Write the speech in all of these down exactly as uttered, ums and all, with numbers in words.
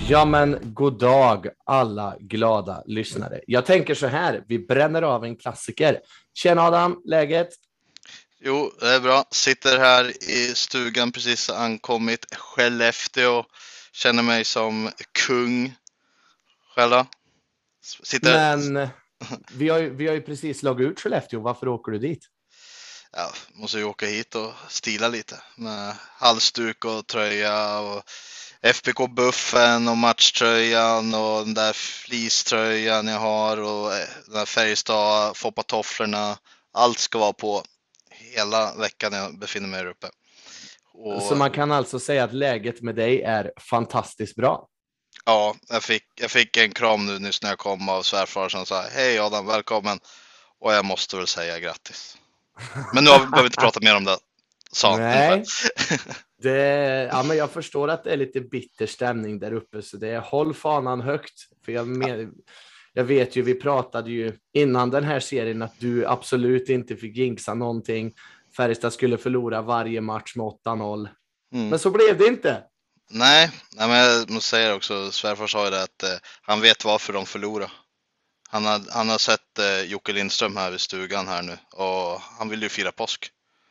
Ja men god dag alla glada lyssnare. Jag tänker så här, vi bränner av en klassiker. Tjena Adam, läget? Jo, det är bra. Sitter här i stugan, precis ankommit. Skellefteå. Känner mig som kung. Själva. Sitter... Men vi har, ju, vi har ju precis slagit ut Skellefteå, varför åker du dit? Ja, måste ju åka hit och stila lite. Med halsduk och tröja och F B K-buffen och matchtröjan och den där fleecetröjan jag har och den där Färjestad foppatofflorna. Allt ska vara på hela veckan jag befinner mig här uppe. Och... Så man kan alltså säga att läget med dig är fantastiskt bra? Ja, jag fick, jag fick en kram nu nyss när jag kom av svärfar som sa hej Adam, välkommen. Och jag måste väl säga grattis. Men nu behöver vi inte prata mer om det. Sa Nej, det, ja, men jag förstår att det är lite bitter stämning där uppe. Så det är håll fanan högt. För jag, med, jag vet ju, vi pratade ju innan den här serien att du absolut inte fick jinxa någonting. Färjestad skulle förlora varje match med åtta noll. Mm. Men så blev det inte. Nej, nej, men jag måste säga också, svärfar sa ju det att eh, han vet varför de förlorar. Han har, han har sett eh, Jocke Lindström här vid stugan här nu och han vill ju fira påsk.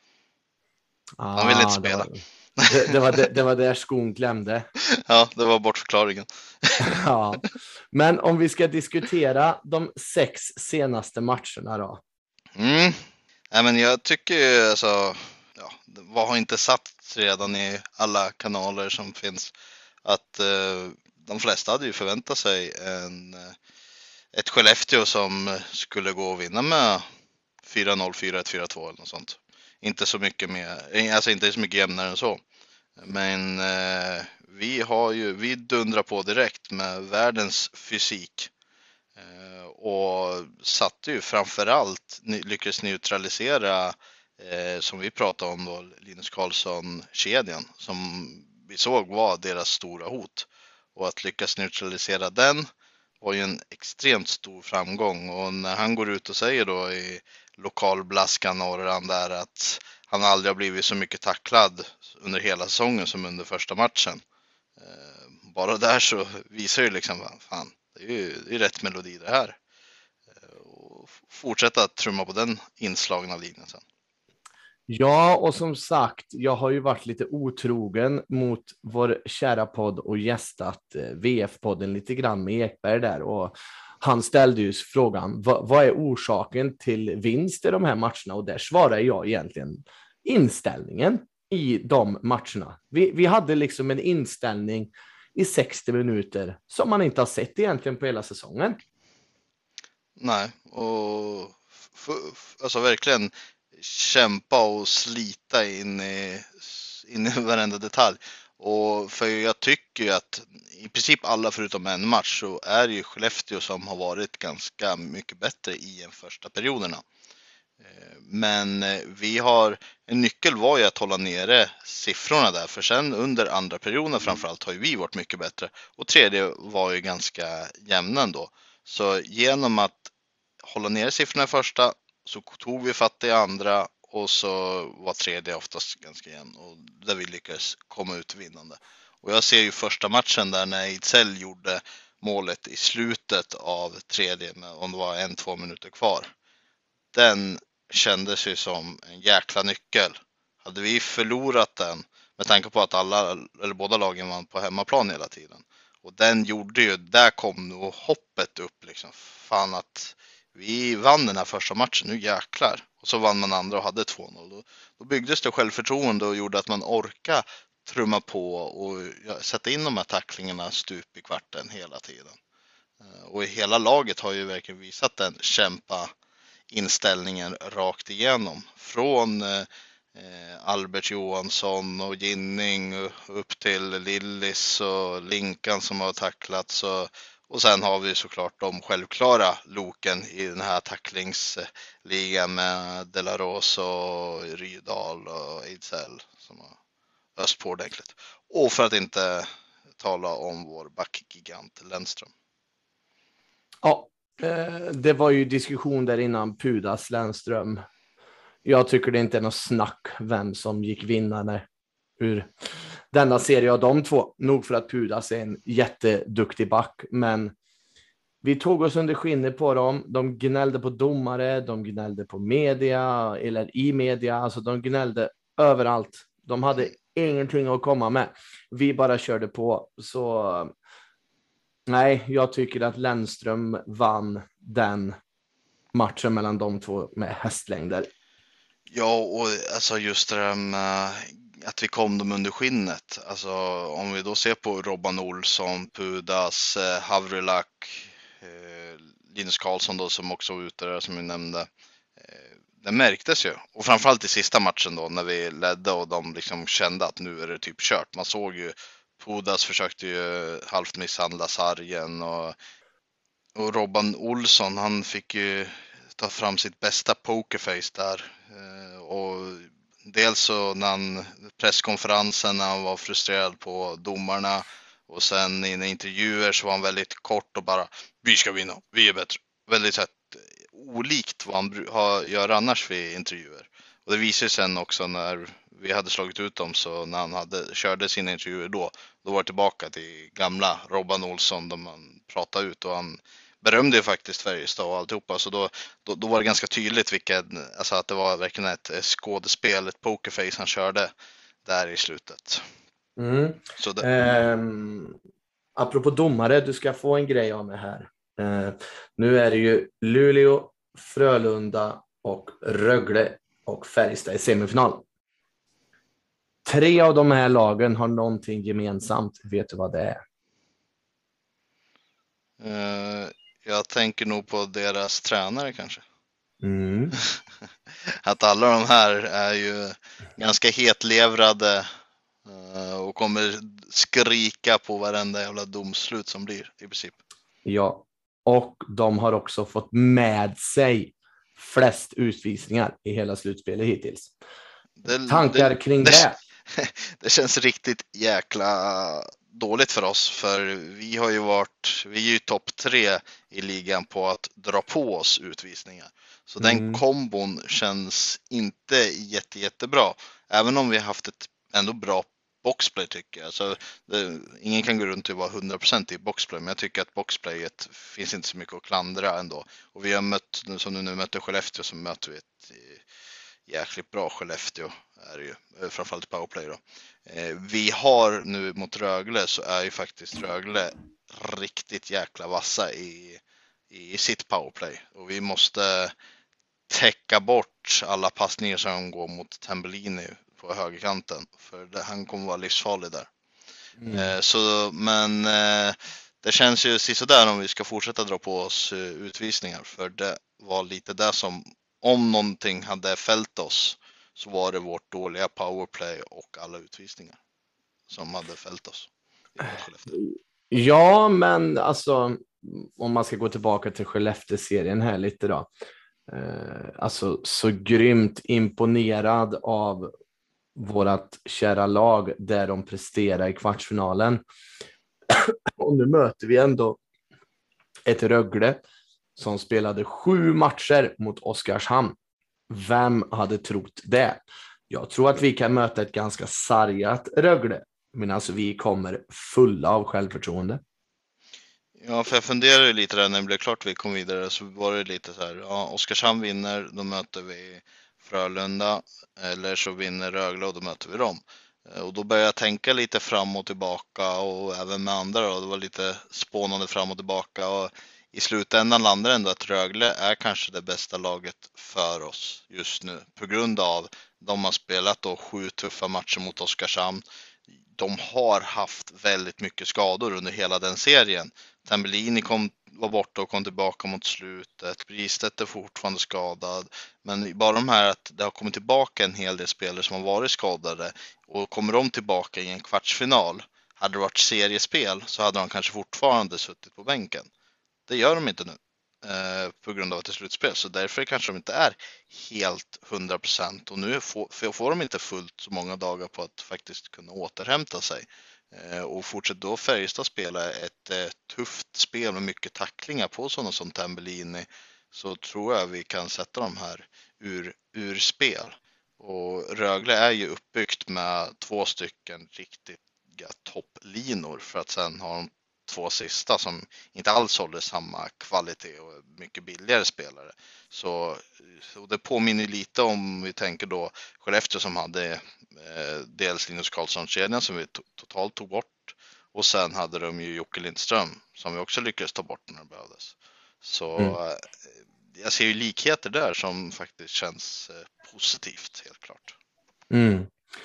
Ah, han vill inte spela. Det var det, det, var det, det var där skon klämde. Ja, det var bortförklaringen. Ja, men om vi ska diskutera de sex senaste matcherna då. Mm. Nej, men jag tycker alltså, ja, vad har inte satt redan i alla kanaler som finns, att eh, de flesta hade ju förväntat sig en, ett Skellefteå som skulle gå och vinna med fyra noll, fyra ett, fyra två eller något sånt. Inte så mycket mer, alltså inte så mycket jämnare än så. Men eh, vi har ju, vi dundrar på direkt med världens fysik. Eh, och satte ju framförallt, lyckades neutralisera eh, som vi pratade om då, Linus Karlsson-kedjan som vi såg var deras stora hot. Och att lyckas neutralisera den var ju en extremt stor framgång. Och när han går ut och säger då i lokalblaskan Norran där att han aldrig har blivit så mycket tacklad under hela säsongen som under första matchen. Eh, bara där så visar ju liksom, fan, det är ju det är rätt melodi det här. Eh, och fortsätta att trumma på den inslagna linjen sen. Ja, och som sagt, jag har ju varit lite otrogen mot vår kära podd och gästat V F-podden lite grann med Ekberg där. Och han ställde ju frågan, vad, vad är orsaken till vinst i de här matcherna? Och där svarar jag egentligen inställningen i de matcherna. Vi, vi hade liksom en inställning i sextio minuter som man inte har sett egentligen på hela säsongen. Nej, och f- f- alltså verkligen kämpa och slita in i, in i varenda detalj. Och för jag tycker ju att i princip alla förutom en match så är det ju Skellefteå som har varit ganska mycket bättre i en första perioderna. Men vi har, en nyckel var ju att hålla nere siffrorna där, för sen under andra perioden framförallt har ju vi varit mycket bättre. Och tredje var ju ganska jämna ändå. Så genom att hålla nere siffrorna i första så tog vi fatt i andra och så var tredje oftast ganska jämn och där vi lyckades komma ut vinnande. Och jag ser ju första matchen där när Ejdsell gjorde målet i slutet av tredje med, om det var en, två minuter kvar. Den kändes ju som en jäkla nyckel. Hade vi förlorat den med tanke på att alla eller båda lagen var på hemmaplan hela tiden. Och den gjorde ju, där kom nog hoppet upp liksom. Fan att vi vann den här första matchen, nu jäklar. Och så vann man andra och hade två noll. Då, då byggdes det självförtroende och gjorde att man orkade trumma på och sätta in de här tacklingarna stup i kvarten hela tiden. Och hela laget har ju verkligen visat den kämpa inställningen rakt igenom. Från eh, Albert Johansson och Ginning upp till Lillis och Linkan som har tacklats. Och, och sen har vi såklart de självklara loken i den här tacklingsligan med Delaros och Rydal och Ejdsell som har öst på ordentligt. Och för att inte tala om vår backgigant Lennström. Ja, det var ju diskussion där innan Pudas Lennström. Jag tycker det inte är något snack vem som gick vinnare ur denna serie av de två. Nog för att Pudas är en jätteduktig back, men vi tog oss under skinnet på dem. De gnällde på domare, de gnällde på media eller i media. Alltså de gnällde överallt. De hade ingenting att komma med. Vi bara körde på. Så nej, jag tycker att Lennström vann den matchen mellan de två med hästlängder. Ja, och alltså just det där med att vi kom dem under skinnet. Alltså om vi då ser på Robban Olsson, Pudas, eh, Havrelak, eh, Linus Karlsson då som också var ute där som vi nämnde. Eh, det märktes ju. Och framförallt i sista matchen då när vi ledde och de liksom kände att nu är det typ kört. Man såg ju Pudas försökte ju halvt misshandla sargen och, och Robban Olsson han fick ju ta fram sitt bästa pokerface där. Eh, och dels så när han presskonferensen när han var frustrerad på domarna och sen i intervjuer så var han väldigt kort och bara vi ska vinna, vi är bättre. Väldigt så här, olikt vad han bru- har, gör annars vid intervjuer. Och det visade sig sen också när vi hade slagit ut dem så när han hade, körde sina intervjuer då, då var det tillbaka till gamla Robban Olsson där man pratade ut och han berömde ju faktiskt Färjestad och alltihopa så då, då, då var det ganska tydligt vilken, alltså att det var verkligen ett skådespel, ett pokerface han körde där i slutet. Mm. Så det, Um, apropå domare, du ska få en grej av mig här. Uh, nu är det ju Luleå, Frölunda och Rögle och Färjestad i semifinal. Tre av de här lagen har någonting gemensamt. Vet du vad det är? uh, jag tänker nog på deras tränare kanske. Mm. Att alla de här är ju ganska hetlevrade uh, och kommer skrika på varenda jävla domslut som blir i princip. Ja, och de har också fått med sig flest utvisningar i hela slutspelet hittills. Det, Tankar det, kring det? Det, det känns riktigt jäkla dåligt för oss för vi har ju varit, vi är ju topp tre i ligan på att dra på oss utvisningar. Så mm. den kombon känns inte jätte, jättebra. Även om vi har haft ett ändå bra boxplay tycker jag. Alltså, det, ingen kan gå runt och vara hundra procent i boxplay, men jag tycker att boxplayet finns inte så mycket att klandra ändå. Och vi har mött, som du nu möter Skellefteå, så möter vi ett jäkligt bra Skellefteå är det ju, framförallt powerplay då. Eh, vi har nu mot Rögle så är ju faktiskt Rögle riktigt jäkla vassa i, i sitt powerplay. Och vi måste täcka bort alla passningar som går mot Tambellini på högerkanten. För det, han kommer vara livsfarlig där. Mm. Eh, så, men eh, det känns ju sisådär om vi ska fortsätta dra på oss uh, utvisningar. För det var lite där som, om någonting hade fällt oss så var det vårt dåliga powerplay och alla utvisningar som hade fällt oss. Ja, men alltså om man ska gå tillbaka till Skellefteå-serien här lite då. Eh, alltså så grymt imponerad av vårat kära lag där de presterar i kvartsfinalen. Och nu möter vi ändå ett Rögle som spelade sju matcher mot Oskarshamn. Vem hade trott det? Jag tror att vi kan möta ett ganska sargat Rögle. Men alltså vi kommer fulla av självförtroende. Ja, för jag funderade lite där när det blev klart vi kom vidare så var det lite så här, ja, Oskarshamn vinner, då möter vi Frölunda, eller så vinner Rögle och då möter vi dem. Och då började jag tänka lite fram och tillbaka och även med andra då, det var lite spånande fram och tillbaka och i slutändan landar ändå att Rögle är kanske det bästa laget för oss just nu på grund av de har spelat då sju tuffa matcher mot Oskarshamn. De har haft väldigt mycket skador under hela den serien. Tambellini kom, var borta och kom tillbaka mot slutet. Bristedt är fortfarande skadad. Men bara de här att det har kommit tillbaka en hel del spelare som har varit skadade. Och kommer de tillbaka i en kvartsfinal, hade det varit seriespel så hade de kanske fortfarande suttit på bänken. Det gör de inte nu. Eh, på grund av att det är slutspel. Så därför kanske de inte är helt hundra procent. Och nu får, får de inte fullt så många dagar på att faktiskt kunna återhämta sig. Eh, och fortsätter då Färjestad spela ett eh, tufft spel med mycket tacklingar på sådana som Tambellini, så tror jag vi kan sätta de här ur, ur spel. Och Rögle är ju uppbyggt med två stycken riktigt topplinor för att sen ha de två sista som inte alls håller samma kvalitet och mycket billigare spelare. Så och det påminner lite om, vi tänker då Skellefteå som hade eh, dels Linus Karlsson-kedjan som vi to- totalt tog bort och sen hade de ju Jocke Lindström som vi också lyckades ta bort när det behövdes. Så Mm. eh, jag ser ju likheter där som faktiskt känns eh, positivt, helt klart. Mm.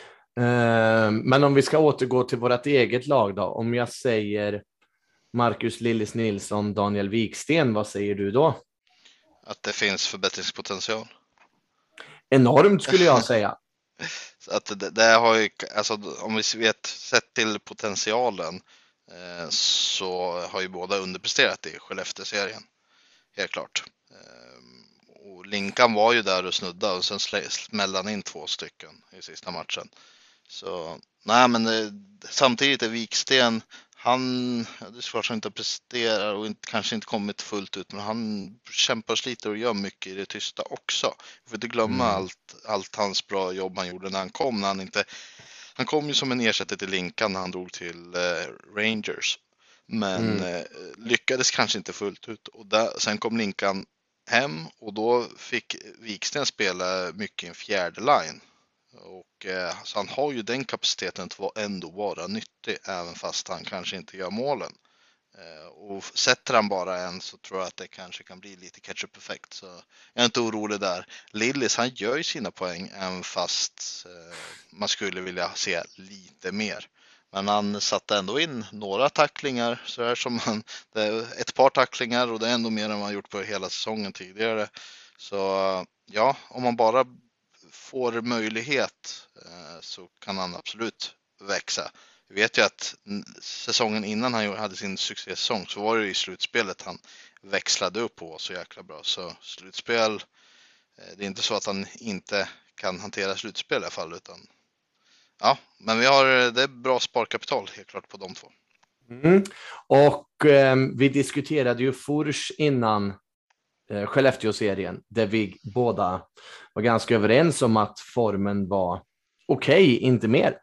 Eh, men om vi ska återgå till vårt eget lag då, om jag säger Marcus Lillis Nilsson, Daniel Wiksten, vad säger du då? Att det finns förbättringspotential. Enormt skulle jag säga. Så att det, det har ju, alltså om vi vet, sett till potentialen eh, så har ju båda underpresterat i Skellefteå-serien. Helt klart. Eh, och Linkan var ju där och snudda och sen smällde han in två stycken i sista matchen. Så nej, men eh, samtidigt är Wiksten, han, det är svårt att inte presterar och inte, kanske inte kommit fullt ut, men han kämpar och sliter och gör mycket i det tysta också. Vi får inte glömma Mm. allt, allt hans bra jobb han gjorde när han kom. När han, inte, han kom ju som en ersättare till Linkan när han drog till eh, Rangers. Men Mm. eh, lyckades kanske inte fullt ut. Och där, sen kom Linkan hem och då fick Wiksten spela mycket i en fjärde line. Och eh, så han har ju den kapaciteten att ändå vara nyttig även fast han kanske inte gör målen. Eh, och sätter han bara en så tror jag att det kanske kan bli lite catch-up-effekt. Så jag är inte orolig där. Lillis, han gör ju sina poäng även fast eh, man skulle vilja se lite mer. Men han satte ändå in några tacklingar så här som han, det är ett par tacklingar och det är ändå mer än man gjort på hela säsongen tidigare. Så ja, om man bara får möjlighet så kan han absolut växa. Vi vet ju att säsongen innan han hade sin succésäsong så var det i slutspelet han växlade upp och var så jäkla bra. Så slutspel, det är inte så att han inte kan hantera slutspel i alla fall, utan ja, men vi har, det är bra sparkapital helt klart på de två. Mm. Och eh, vi diskuterade ju Furs innan eh, Skellefteå-serien där vi båda var ganska överens om att formen var okej, okay, inte mer.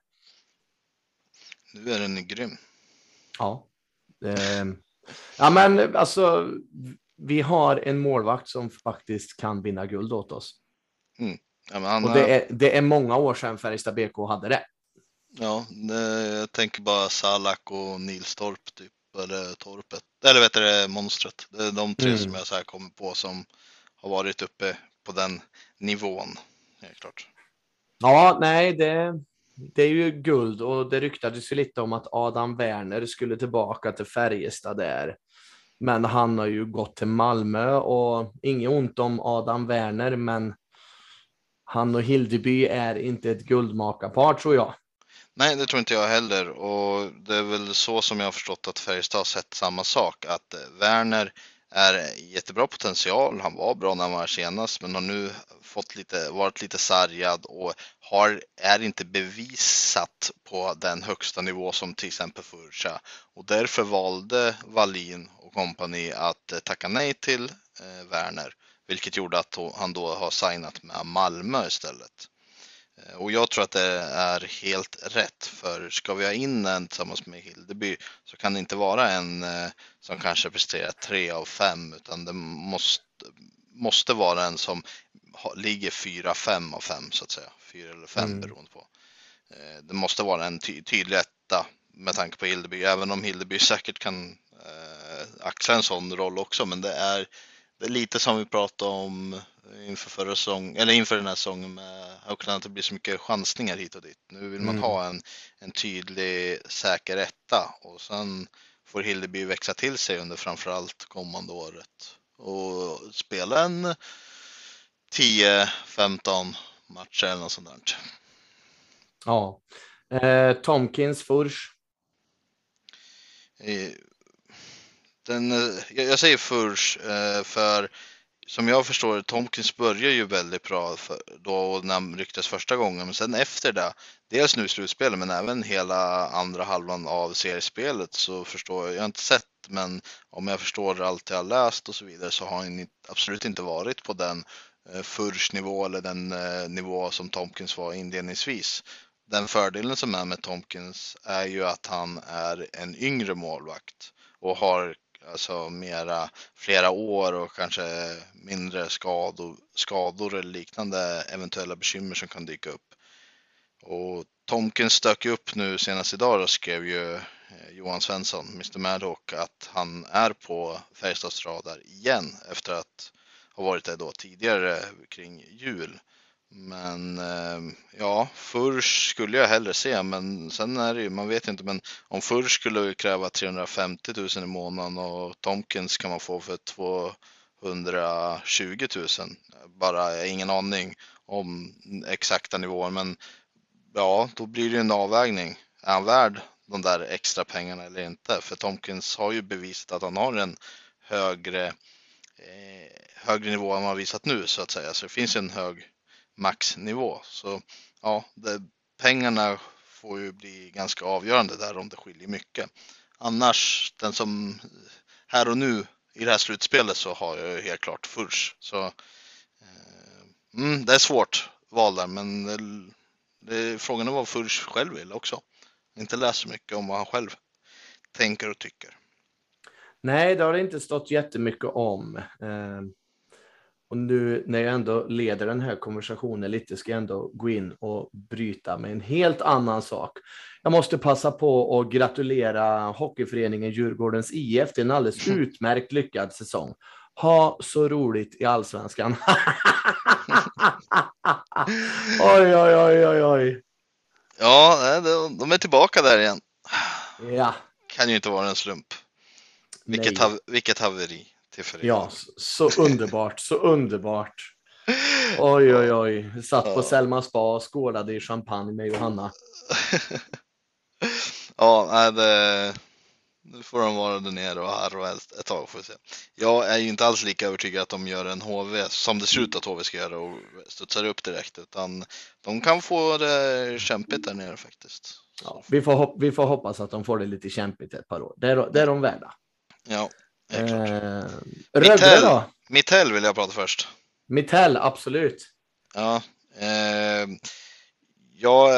Nu är den grym. Ja. Eh, ja, men alltså vi har en målvakt som faktiskt kan vinna guld åt oss. Mm. Ja, men han, och det är, det är många år sedan Färjestad B K hade det. Ja, det, jag tänker bara Salak och Nilstorp typ, eller Torpet, eller vet du det, Monstret. Det är de tre mm. som jag så här kommer på som har varit uppe på den nivån, helt klart. Ja, nej, det, det är ju guld och det ryktades ju lite om att Adam Werner skulle tillbaka till Färjestad där. Men han har ju gått till Malmö och inget ont om Adam Werner, men han och Hildeby är inte ett guldmakarpar tror jag. Nej, det tror inte jag heller, och det är väl så som jag har förstått att Färjestad har sett samma sak, att Werner är jättebra potential, han var bra när han var senast men har nu fått lite, varit lite sargad och har, är inte bevisat på den högsta nivå som till exempel Furcha, och därför valde Wallin och kompani att tacka nej till eh, Werner, vilket gjorde att han då har signat med Malmö istället. Och jag tror att det är helt rätt, för ska vi ha in en tillsammans med Hildeby så kan det inte vara en som kanske presterar tre av fem, utan det måste, måste vara en som ligger fyra, fem av fem så att säga. Fyra eller fem mm. beroende på. Det måste vara en ty- tydlig etta med tanke på Hildeby, även om Hildeby säkert kan eh, axla en sån roll också, men det är, det är lite som vi pratade om inför förra säsong, eller inför den här säsongen med Auckland, att det blir så mycket chansningar hit och dit. Nu vill man mm. ha en, en tydlig säker etta, och sen får Hildeby växa till sig under framförallt kommande året och spela en tio femton matcher eller något sånt där. Ja. Eh, Tomkins, Furs. Den, jag säger Furs för som jag förstår, Tomkins börjar ju väldigt bra för, då när han rycktes första gången, men sen efter det, dels nu slutspelet men även hela andra halvan av seriespelet, så förstår jag, jag har inte sett, men om jag förstår allt jag har läst och så vidare, så har han absolut inte varit på den Furs nivå eller den eh, nivå som Tompkins var inledningsvis. Den fördelen som är med Tompkins är ju att han är en yngre målvakt och har alltså mera, flera år och kanske mindre skador, skador eller liknande eventuella bekymmer som kan dyka upp. Och Tompkins stök upp nu senast idag och skrev ju Johan Svensson, mister Madhawk, att han är på Färjestads radar igen efter att ha varit det då tidigare kring jul. Men ja, Furs skulle jag hellre se, men sen är det ju, man vet inte, men om Furs skulle kräva trehundrafemtio tusen i månaden och Tompkins kan man få för tvåhundratjugo tusen, bara ingen aning om exakta nivåer, men ja, då blir det en avvägning. Är han värd de där extra pengarna eller inte? För Tompkins har ju bevisat att han har en högre, eh, högre nivå än man har visat nu, så att säga. Så det finns en hög maxnivå. Så ja, det, pengarna får ju bli ganska avgörande där om det skiljer mycket. Annars, den som här och nu i det här slutspelet så har jag ju helt klart Furs. Så eh, mm, det är svårt val där, men det, det, frågan är vad Furs själv vill också. Inte läst så mycket om vad han själv tänker och tycker. Nej, det har det inte stått jättemycket om. Eh, och nu när jag ändå leder den här konversationen lite ska jag ändå gå in och bryta med en helt annan sak. Jag måste passa på att gratulera hockeyföreningen Djurgårdens I F till en alldeles utmärkt lyckad säsong. Ha så roligt i Allsvenskan. Oj, oj, oj, oj, oj. Ja, de är tillbaka där igen. Ja. Kan ju inte vara en slump. Vilket, hav, vilket haveri till föreningen. Ja, så, så underbart, så underbart. Oj, oj, oj. Satt på ja. Selma Spa och skålade i champagne med Johanna. Ja, det, nu får de vara där nere och harva ett tag, får vi se. Jag är ju inte alls lika övertygad att de gör en H V som det ser ut att H V ska göra och studsar upp direkt, utan de kan få det kämpigt där nere faktiskt. Ja, vi, får hopp- vi får hoppas att de får det lite kämpigt ett par år. Det är, det är de värda. Ja, det är klart. Eh, Mitell, då? Mitell vill jag prata först. Mitell, absolut. Ja, eh, jag,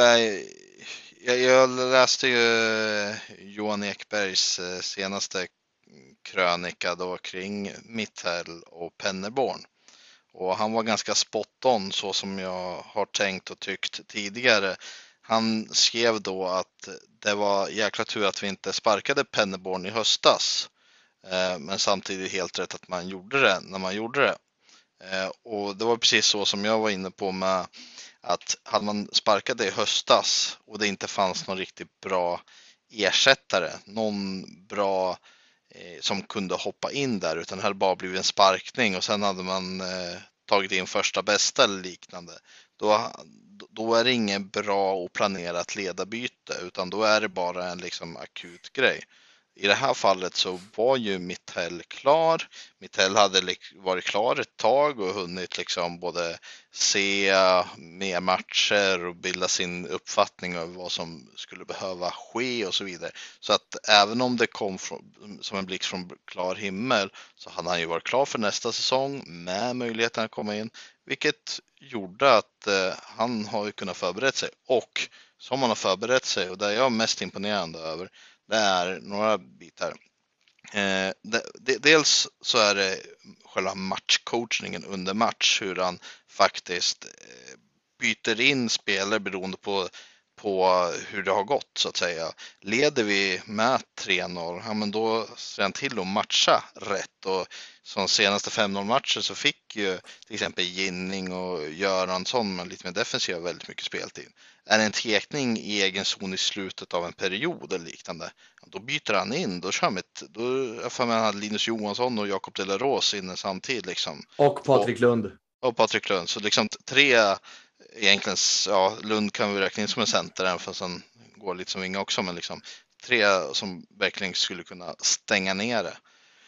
jag, jag läste ju Johan Ekbergs senaste krönika då kring Mitell och Pennerborn. Och han var ganska spot on så som jag har tänkt och tyckt tidigare. Han skrev då att det var jäkla tur att vi inte sparkade Pennerborn i höstas. Men samtidigt helt rätt att man gjorde det när man gjorde det. Och det var precis så som jag var inne på med att hade man sparkat det i höstas och det inte fanns någon riktigt bra ersättare, någon bra eh, som kunde hoppa in där, utan det hade bara blivit en sparkning och sen hade man eh, tagit in första bästa eller liknande, då, då är det ingen bra och planerat ledarbyte, utan då är det bara en liksom akut grej. I det här fallet så var ju Mitell klar. Mitell hade varit klar ett tag och hunnit liksom både se mer matcher och bilda sin uppfattning av vad som skulle behöva ske och så vidare. Så att även om det kom från, som en blixt från klar himmel, så hade han ju varit klar för nästa säsong med möjligheten att komma in. Vilket gjorde att eh, han har ju kunnat förbereda sig. Och som han har förberett sig, och det jag är mest imponerande över, det är några bitar. Eh, det, det, dels så är det själva matchcoachningen under match, hur han faktiskt eh, byter in spelare beroende på, på hur det har gått så att säga. Leder vi med tre noll, ja men då ser han till att matcha rätt, och som senaste fem noll matcher så fick ju till exempel Ginning och Göransson med lite mer defensiva väldigt mycket speltid. Är det en tekning i egen zon i slutet av en period eller liknande, då byter han in, då kör han ett, då får man hade Linus Johansson och Jakob Delaros inne samtidigt liksom. Och Patrik Lund. Och Patrik Lund, så liksom tre egentligen, ja, Lund kan vi räkna in som en center även fast han går lite som vinga också, men liksom tre som verkligen skulle kunna stänga ner det.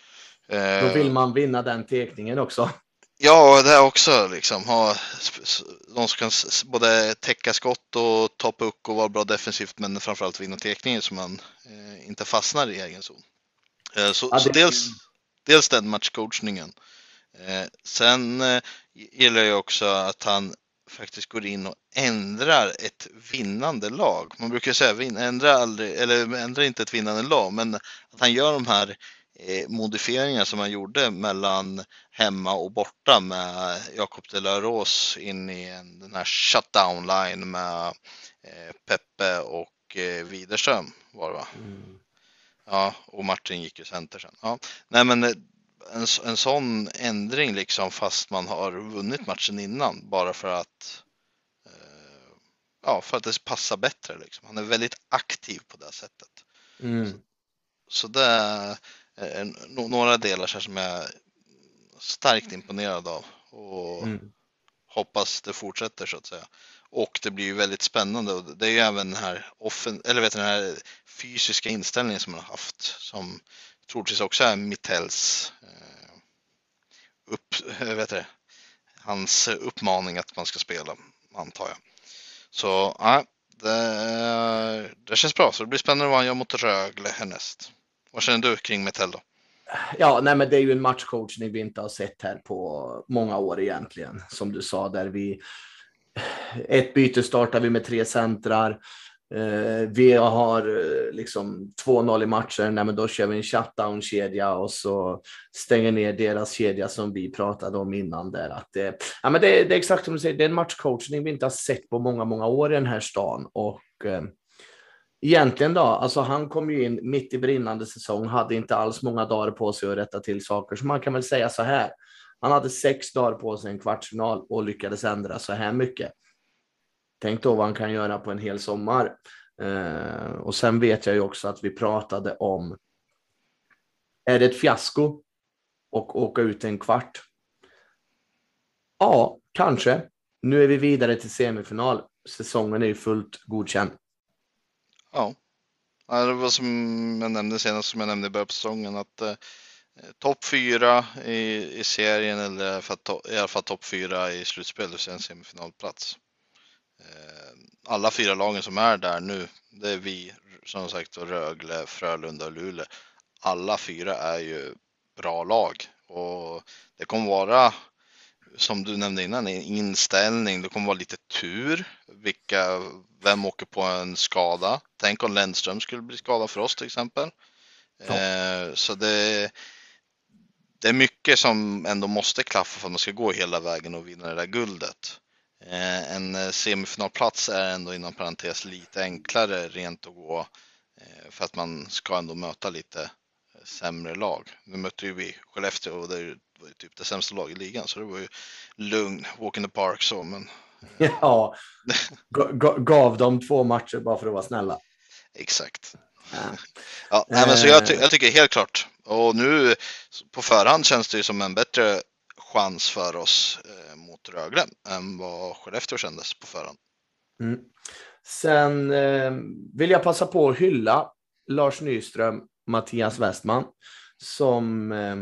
Då vill man vinna den tekningen också. Ja, det är också liksom ha de som kan både täcka skott och ta puck och vara bra defensivt, men framförallt vinna tekningen så man eh, inte fastnar i egen zon. Eh, så ja, det... så dels, dels den matchcoachningen. Eh, sen eh, gillar jag också att han faktiskt går in och ändrar ett vinnande lag. Man brukar säga vin, ändra aldrig, eller ändra inte ett vinnande lag, men att han gör de här eh, modifieringar som han gjorde mellan hemma och borta med Jakob de la Rose in i en, den här shutdown line med eh, Peppe och eh, Widerström var det va? Mm. Ja, och Martin gick ju center sen. Ja, nej men en, en sån ändring liksom fast man har vunnit matchen innan bara för att eh, ja, för att det passar bättre liksom. Han är väldigt aktiv på det sättet. Mm. Så, så det är no, några delar så som jag är starkt imponerad av och Mm. hoppas det fortsätter så att säga. Och det blir ju väldigt spännande och det är ju även den här offen, eller vet du, den här fysiska inställningen som man har haft som troligtvis också är Mittells eh, upp, vet du, hans uppmaning att man ska spela, antar jag. Så ja, det, det känns bra. Så det blir spännande vad han gör mot Rögle härnäst. Vad känner du kring Mittell då? Ja, nej, men det är ju en matchcoachning vi inte har sett här på många år egentligen. Som du sa, där vi ett byte startar vi med tre centrar. Eh, vi har liksom två noll i matchen. Nej, men då kör vi en shutdown-kedja och så stänger ner deras kedja som vi pratade om innan där. Att det, ja, men det, det är exakt som du säger, det är en matchcoachning vi inte har sett på många, många år i den här stan. Och eh, egentligen då, alltså han kom ju in mitt i brinnande säsong, hade inte alls många dagar på sig att rätta till saker. Så man kan väl säga så här, han hade sex dagar på sig en kvartsfinal och lyckades ändra så här mycket. Tänk då vad han kan göra på en hel sommar. Eh, och sen vet jag ju också att vi pratade om, är det ett fiasko och åka ut en kvart? Ja, kanske. Nu är vi vidare till semifinal. Säsongen är ju fullt godkänd. Ja, det var som jag nämnde senast, som jag nämnde i början på säsongen, att eh, topp fyra i, i serien eller för att to, i alla fall topp fyra i slutspel, det vill säga en semifinalplats. Eh, alla fyra lagen som är där nu, det är vi, som sagt, Rögle, Frölunda och Luleå. Alla fyra är ju bra lag och det kommer vara, som du nämnde innan, en inställning. Det kommer vara lite tur. Vilka, vem åker på en skada? Tänk om Lennström skulle bli skadad för oss till exempel. Ja. Eh, så det, det är mycket som ändå måste klaffa för att man ska gå hela vägen och vinna det där guldet. Eh, en semifinalplats är ändå inom parentes lite enklare rent att gå eh, för att man ska ändå möta lite sämre lag. Nu mötte ju vi Skellefteå och det var ju typ det sämsta laget i ligan, så det var ju lugn, walk in the park så, men ja, g- gav dem två matcher bara för att vara snälla. Exakt. Ja, ja nej, men så jag, ty- jag tycker helt klart, och nu på förhand känns det ju som en bättre chans för oss eh, mot Rögle än vad Skellefteå kändes på förhand. Mm. Sen eh, vill jag passa på att hylla Lars Nyström, Mattias Westman, som eh,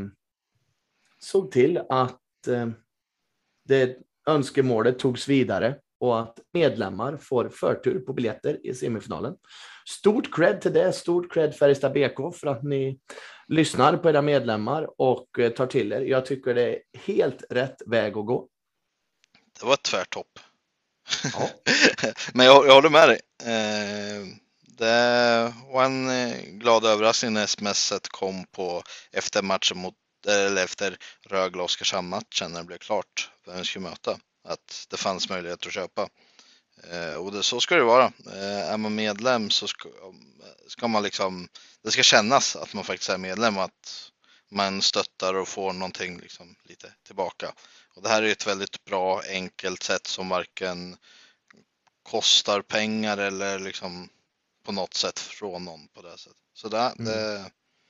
såg till att eh, det önskemålet togs vidare och att medlemmar får förtur på biljetter i semifinalen. Stort cred till det, stort cred Färjestad B K för att ni lyssnar på era medlemmar och eh, tar till er. Jag tycker det är helt rätt väg att gå. Det var ett tvärtopp. Ja. Men jag, jag håller med dig. Eh, det var en glad överraskning när smset kom på efter matchen mot, eller efter Rögle Oskarshamn-matchen när det blev klart vem vi skulle möta. Att det fanns möjlighet att köpa. Eh, och det, så ska det vara. Eh, är man medlem så ska, ska man liksom, det ska kännas att man faktiskt är medlem och att man stöttar och får någonting liksom lite tillbaka. Och det här är ett väldigt bra, enkelt sätt som varken kostar pengar eller liksom på något sätt från någon på det sättet. Så det, Mm. det...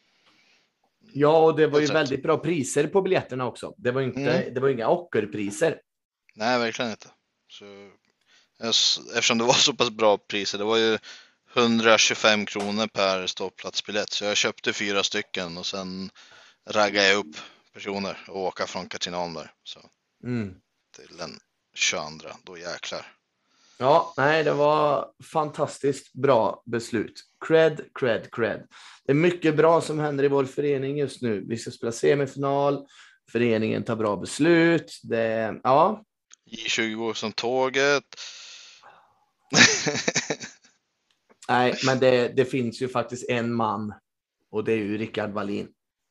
Ja, och det var ju väldigt bra priser på biljetterna också. Det var inte, mm. det var inga ockerpriser. Nej, verkligen inte. Så, eftersom det var så pass bra priser, det var ju hundratjugofem kronor per ståplatsbiljett. Så jag köpte fyra stycken och sen raggade jag upp personer och åka från Katrineholm där. Så mm. till den tjugoandra, då jäklar. Ja, nej, det var fantastiskt bra beslut. Cred, cred, cred. Det är mycket bra som händer i vår förening just nu. Vi ska spela semifinal. Föreningen tar bra beslut. Det, ja. J tjugo går som tåget. Nej, men det, det finns ju faktiskt en man. Och det är ju Rickard Wallin.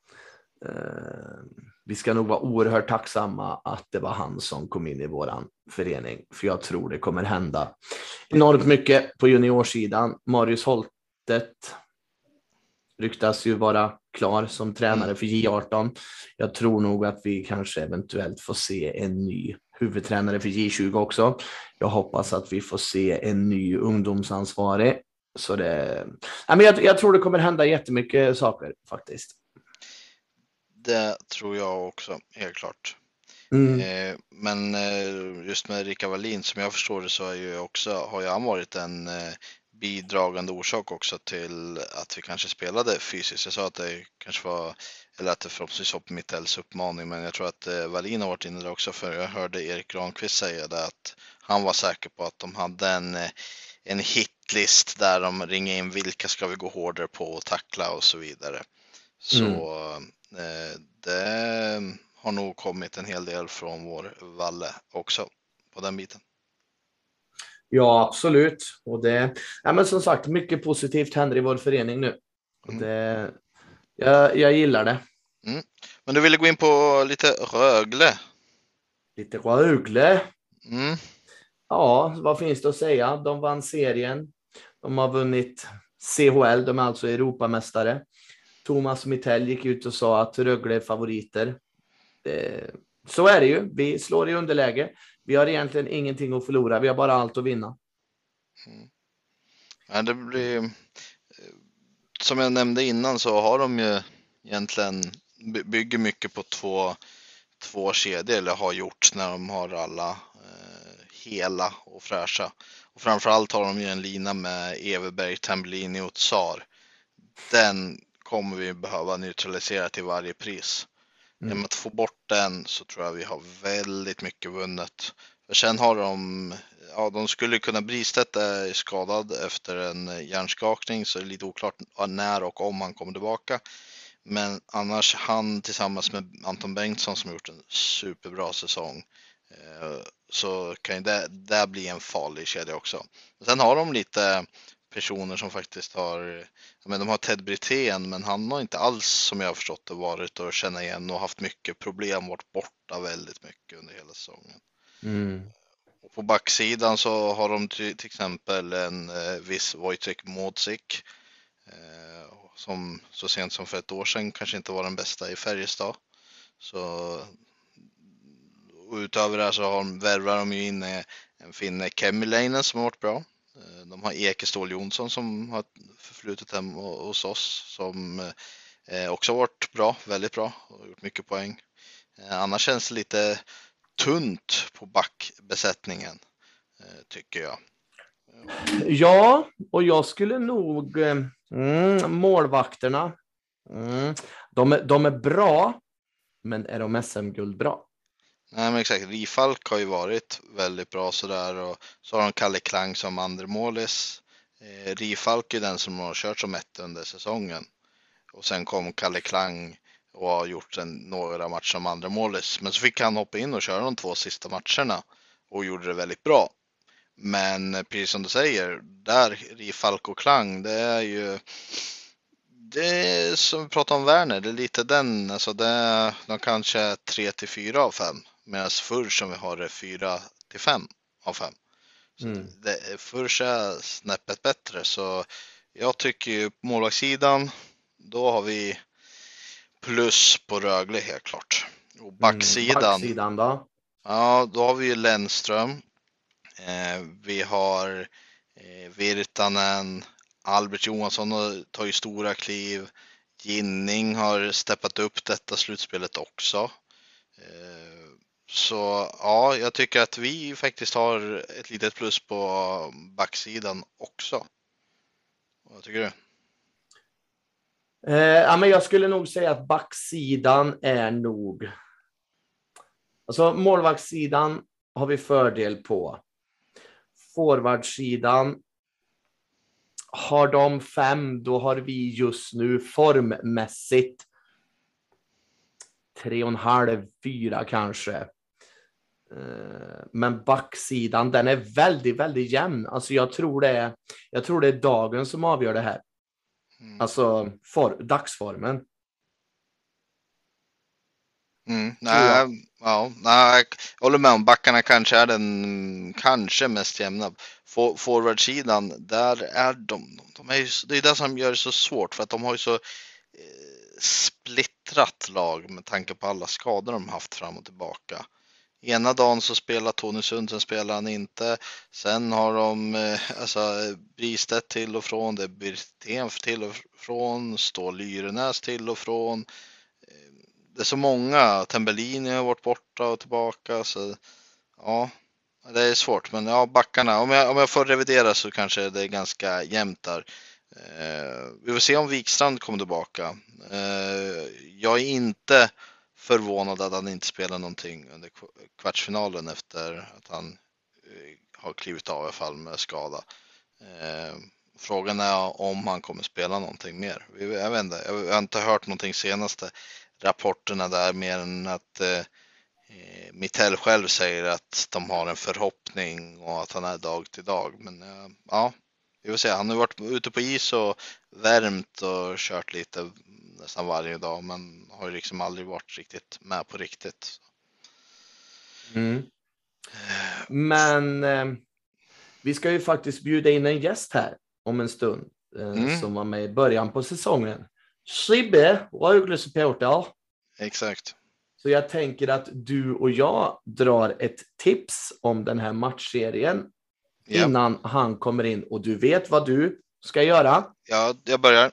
Uh, vi ska nog vara oerhört tacksamma att det var han som kom in i våran förening. För jag tror det kommer hända enormt mycket på juniorsidan. Marius Holtet ryktas ju vara klar som tränare för J arton. Jag tror nog att vi kanske eventuellt får se en ny huvudtränare för J tjugo också. Jag hoppas att vi får se en ny ungdomsansvarig. Så det, ja, men jag, jag tror det kommer hända jättemycket saker faktiskt. Det tror jag också, helt klart. Mm. Eh, men eh, just med Rickard Wallin, som jag förstår det, så är ju också, har ju han varit en eh, bidragande orsak också till att vi kanske spelade fysiskt. Jag sa att det kanske var, eller att det förhoppningsvis var på Mittells uppmaning, men jag tror att eh, Wallin har varit inne där också, för jag hörde Erik Granqvist säga det, att han var säker på att de hade en, en hitlist där de ringer in vilka ska vi gå hårdare på och tackla och så vidare. Så mm. eh, det har nog kommit en hel del från vår Valle också på den biten. Ja, absolut. Och det, ja, men som sagt, mycket positivt händer i vår förening nu. Och det, jag, jag gillar det. Mm. Men du ville gå in på lite Rögle. Lite Rögle? Mm. Ja, vad finns det att säga? De vann serien. De har vunnit C H L, de är alltså Europamästare. Thomas Mittell gick ut och sa att Rögle är favoriter. Det, så är det ju. Vi slår i underläge. Vi har egentligen ingenting att förlora. Vi har bara allt att vinna. Mm. Ja, det blir... Som jag nämnde innan så har de ju egentligen bygger mycket på två, två kedjor, eller har gjort när de har alla eh, hela och fräscha. Och framförallt har de ju en lina med Everberg, Tambellini och Tsar. Den kommer vi behöva neutralisera till varje pris. Mm. Genom att få bort den så tror jag vi har väldigt mycket vunnet. För sen har de, ja, de skulle kunna, Bristedt är skadad efter en hjärnskakning, så det är lite oklart när och om han kommer tillbaka. Men annars, han tillsammans med Anton Bengtsson som har gjort en superbra säsong, så kan ju det, det bli en farlig kedja också. Sen har de lite personer som faktiskt har, men de har Ted Brithén, men han har inte alls, som jag har förstått det, varit och känna igen och haft mycket problem, varit borta väldigt mycket under hela säsongen. Mm. Och på backsidan så har de till, till exempel en eh, viss Wojciech Modzik eh, som så sent som för ett år sedan kanske inte var den bästa i Färjestad. Så och utöver det här så har de, värvar de ju in en finne, Kemiläinen, som har varit bra. De har Ekestål Jonsson som har förflutit hem hos oss, som också har varit bra, väldigt bra och gjort mycket poäng. Annars känns det lite tunt på backbesättningen, tycker jag. Ja, och jag skulle nog mm, målvakterna mm, de, är, de är bra, men är de S M-guld bra? Nej, men exakt. Rifalk har ju varit väldigt bra sådär, och så har de Kalle Klang som andremålis. Eh, Rifalk är den som har kört som ett under säsongen. Och sen kom Kalle Klang och har gjort en, några matcher som andremålis. Men så fick han hoppa in och köra de två sista matcherna och gjorde det väldigt bra. Men precis som du säger, där Rifalk och Klang, det är ju... Det är som vi pratar om Werner, det är lite den, alltså det är, de kanske är tre till fyra av fem. Medan förr som vi har det fyra till fem av fem. Så mm. det, förr är snäppet bättre. Så jag tycker ju på målvaktssidan, då har vi plus på Rögle helt klart. Och backsidan, mm, backsidan då? Ja, då har vi ju Lennström. Eh, vi har eh, Virtanen. Albert Johansson tar ju stora kliv. Ginning har steppat upp detta slutspelet också. Så ja, jag tycker att vi faktiskt har ett litet plus på backsidan också. Vad tycker du? Eh, ja, men jag skulle nog säga att backsidan är nog... Alltså målvaktssidan har vi fördel på. Forwardsidan, har de fem, då har vi just nu formmässigt tre och en halv, fyra kanske. Men backsidan, den är väldigt, väldigt jämn. Alltså jag tror det är, jag tror det är dagen som avgör det här. Mm. Alltså for, dagsformen. Mm, nej, ja, nej, jag håller med om backarna kanske är den kanske mest jämna. For, forwardsidan, där är de, de är ju, det är det som gör det så svårt, för att de har ju så eh, splittrat lag med tanke på alla skador de haft fram och tillbaka. Ena dagen så spelar Tony Sund, sen spelar han inte. Sen har de eh, alltså Bristedt till och från, det är Birtén till och från, Stål Lyrenäs till och från. Det är så många. Tambellini har varit borta och tillbaka, så ja, det är svårt. Men ja, backarna, om jag, om jag får revidera så kanske det är ganska jämnt där. Eh, vi får se om Wikstrand kommer tillbaka. Eh, jag är inte förvånad att han inte spelar någonting under kvartsfinalen efter att han eh, har klivit av i alla fall med skada. Eh, frågan är om han kommer spela någonting mer. Jag vet inte, jag har inte hört någonting senaste rapporterna där, mer än att eh, Mittell själv säger att de har en förhoppning och att han är dag till dag. Men eh, ja, vi får se. Han har varit ute på is och värmt och kört lite nästan varje dag, men har ju liksom aldrig varit riktigt med på riktigt. Mm. Men eh, vi ska ju faktiskt bjuda in en gäst här om en stund eh, mm. som var med i början på säsongen. Sibbe, Rögle-supporter. Exakt. Så jag tänker att du och jag drar ett tips om den här matchserien yep. innan han kommer in. Och du vet vad du ska göra? Ja, jag börjar.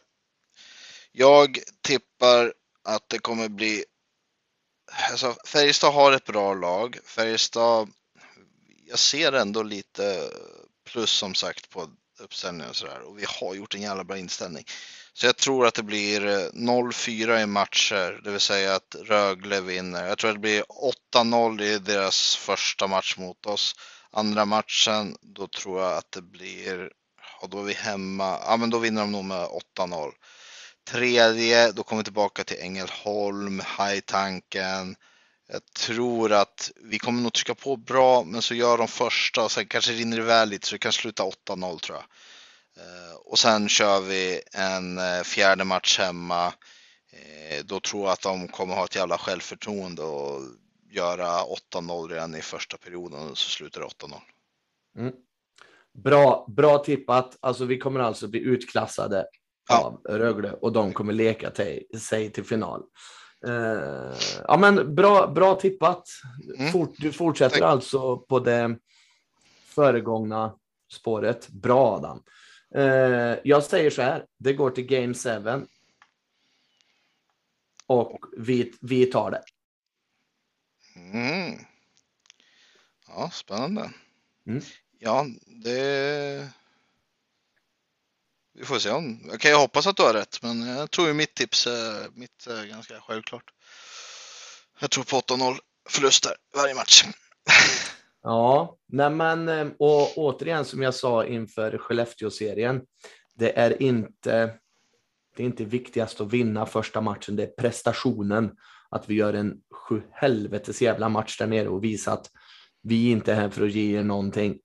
Jag tippar att det kommer bli... Alltså, Färjestad har ett bra lag. Färjestad... Jag ser ändå lite plus som sagt på uppställningen och sådär. Och vi har gjort en jävla bra inställning. Så jag tror att det blir noll fyra i matcher, det vill säga att Rögle vinner. Jag tror att det blir åtta noll i deras första match mot oss. Andra matchen, då tror jag att det blir, och då är vi hemma, ja men då vinner de nog med åtta noll. Tredje, då kommer vi tillbaka till Ängelholm, high-tanken. Jag tror att vi kommer nog trycka på bra, men så gör de första och sen kanske rinner iväg lite så det kan sluta åtta noll tror jag. Och sen kör vi en fjärde match hemma. Då tror jag att de kommer ha ett jävla självförtroende och göra åtta noll redan i första perioden och så slutar det åtta noll. Mm. Bra, bra tippat. Alltså vi kommer alltså bli utklassade ja. av Rögle och de kommer leka till, sig till final. Uh, ja men bra, bra tippat. Mm. Fort, du fortsätter Tack. alltså på det föregångna spåret. Bra Adam. Uh, jag säger så här, det går till Game sju och vi, vi tar det. Mm. Ja, spännande. Mm. Ja, det... Vi får se om... Jag kan ju hoppas att du har rätt, men jag tror ju mitt tips är, mitt är ganska självklart. Jag tror på åtta noll förluster varje match. Ja, nej men och återigen som jag sa inför Skellefteå-serien, det är inte det är inte viktigast att vinna första matchen, det är prestationen, att vi gör en sju helvetes jävla match där nere och visa att vi inte är här för att ge er någonting.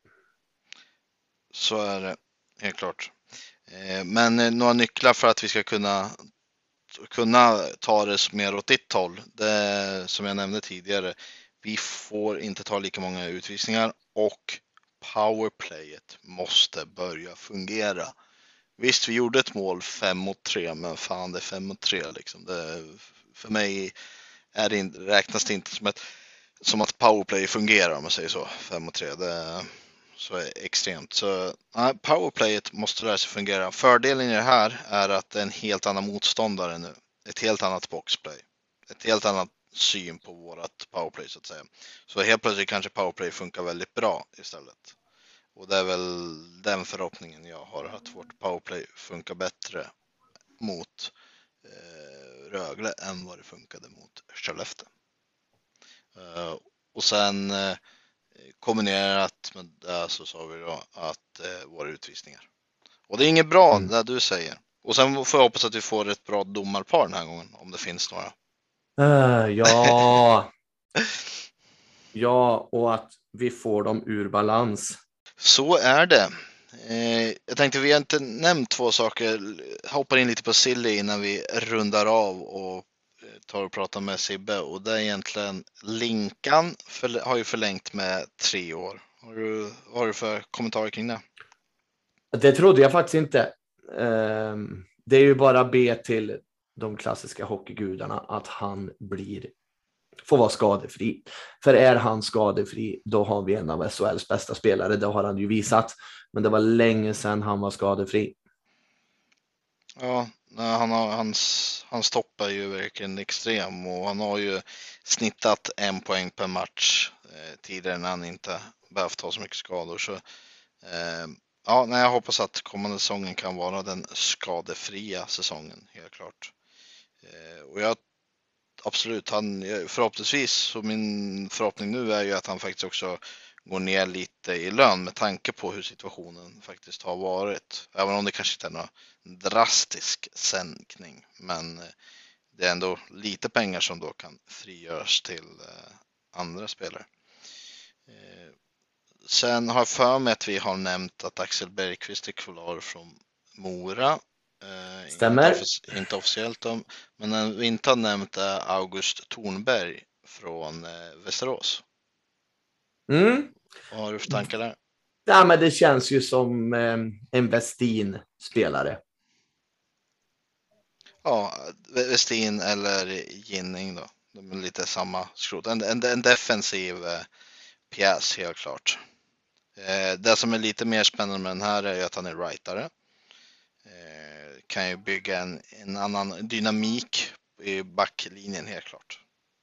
Så är det, helt klart. Men några nycklar för att vi ska kunna kunna ta det mer åt ditt håll, det som jag nämnde tidigare. Vi får inte ta lika många utvisningar och powerplayet måste börja fungera. Visst, vi gjorde ett mål fem mot tre, men fan det är fem mot tre liksom. Det, för mig är det inte, räknas det inte som, ett, som att powerplay fungerar om man säger så. fem mot tre, det är så är extremt. Så nej, powerplayet måste lära sig fungera. Fördelen i det här är att det är en helt annan motståndare nu. Ett helt annat boxplay. Ett helt annat syn på vårat powerplay så att säga. Så helt plötsligt kanske powerplay funkar väldigt bra istället. Och det är väl den förhoppningen jag har, att vårt powerplay funkar bättre mot eh, Rögle än vad det funkade mot Skellefteå. Eh, och sen eh, kombinerat med det så sa vi då att eh, våra utvisningar. Och det är inget bra mm. det du säger. Och sen får jag hoppas att vi får ett bra domarpar den här gången, om det finns några. Uh, ja. Ja, och att vi får dem ur balans. Så är det. Eh, jag tänkte vi har inte nämnt två saker. Hoppar in lite på Silly innan vi rundar av och tar och pratar med Sibbe. Och det är egentligen Linkan för, har ju förlängt med tre år. Har du, vad har du för kommentarer kring det? Det trodde jag faktiskt inte. Um, det är ju bara be till de klassiska hockeygudarna att han blir får vara skadefri. För är han skadefri, då har vi en av S H L:s bästa spelare. Det har han ju visat. Men det var länge sedan han var skadefri. Ja, han har, hans, hans topp är ju verkligen extrem och han har ju snittat en poäng per match eh, tidigare när han inte behövt ha så mycket skador. Så, eh, ja, nej, jag hoppas att kommande säsongen kan vara den skadefria säsongen, helt klart. Eh, och jag absolut, han, förhoppningsvis, så min förhoppning nu är ju att han faktiskt också går ner lite i lön med tanke på hur situationen faktiskt har varit. Även om det kanske inte är någon drastisk sänkning, men det är ändå lite pengar som då kan frigöras till andra spelare. Sen har jag för mig att vi har nämnt att Axel Bergqvist är klar från Mora. Stämmer. Inte, inte officiellt om, men den vi inte har nämnt är August Thornberg från Västerås. Mm. Vad har du för tankar där? Ja, men det känns ju som eh, en Westin-spelare. Ja, Westin eller Ginning då. De är lite samma skrot. En, en, en defensiv eh, pjäs, helt klart. Eh, det som är lite mer spännande med den här är att han är rightare. Eh, kan ju bygga en, en annan dynamik i backlinjen, helt klart.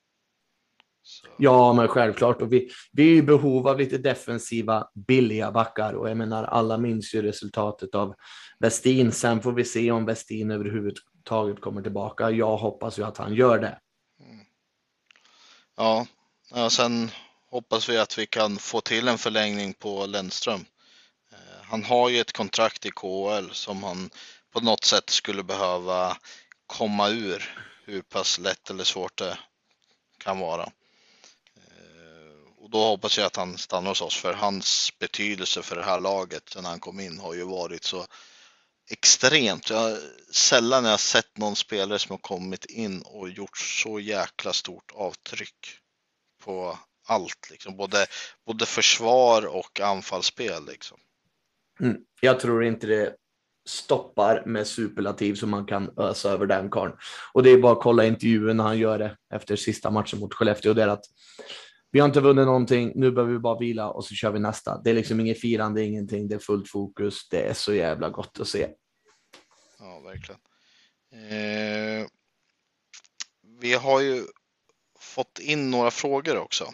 Så. Ja, men självklart. Och vi, vi är i behov av lite defensiva, billiga backar. Och jag menar, alla minns ju resultatet av Westin. Sen får vi se om Westin överhuvudtaget kommer tillbaka. Jag hoppas ju att han gör det. Mm. Ja, ja, sen hoppas vi att vi kan få till en förlängning på Lennström. Han har ju ett kontrakt i K H L som han på något sätt skulle behöva komma ur, hur pass lätt eller svårt det kan vara. Och då hoppas jag att han stannar hos oss, för hans betydelse för det här laget när han kom in har ju varit så extremt. Jag sällan jag har sett någon spelare som har kommit in och gjort så jäkla stort avtryck på allt, liksom. Både, både försvar och anfallsspel, liksom. Mm. Jag tror inte det stoppar med superlativ som man kan ösa över den karn. Och det är bara att kolla intervjun när han gör det efter sista matchen mot Skellefteå. Och det är att vi har inte vunnit någonting, nu behöver vi bara vila och så kör vi nästa. Det är liksom inget firande, ingenting, det är fullt fokus. Det är så jävla gott att se. Ja, verkligen. Eh, vi har ju fått in några frågor också.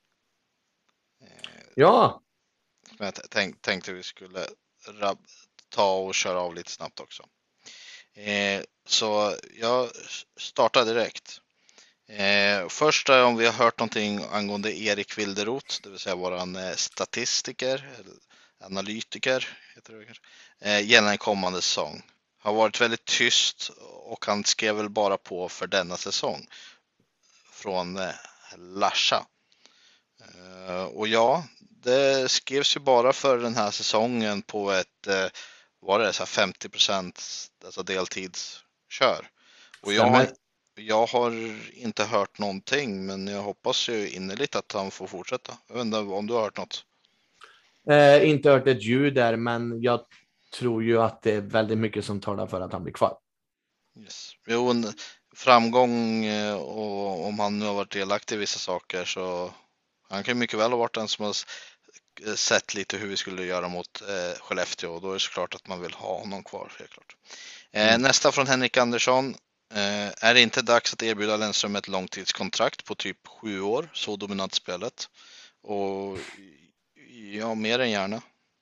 Eh, ja. Jag tänk, tänkte vi skulle rab, ta och köra av lite snabbt också. Eh, så jag startar direkt. Eh, först är om vi har hört någonting angående Erik Wilderoth, det vill säga våran eh, statistiker, eller analytiker heter det kanske, eh, gällande en kommande säsong. Har varit väldigt tyst och han skrev väl bara på för denna säsong från eh, Larsa. Eh, och ja, det skrevs ju bara för den här säsongen på ett, eh, var det så här femtio procent alltså deltidskör. Och jag har, jag har inte hört någonting, men jag hoppas ju innerligt att han får fortsätta. Jag vet inte om du har hört något? Eh, inte hört ett ljud där, men jag tror ju att det är väldigt mycket som talar för att han blir kvar. Yes. Jo, en framgång, och om han nu har varit delaktig i vissa saker, så han kan mycket väl ha varit den som har sett lite hur vi skulle göra mot eh, Skellefteå, och då är det såklart att man vill ha honom kvar, helt klart. Eh, mm. Nästa från Henrik Andersson. Eh, är det inte dags att erbjuda Lennström ett långtidskontrakt på typ sju år, så dominant spelet? Och ja, mer än gärna.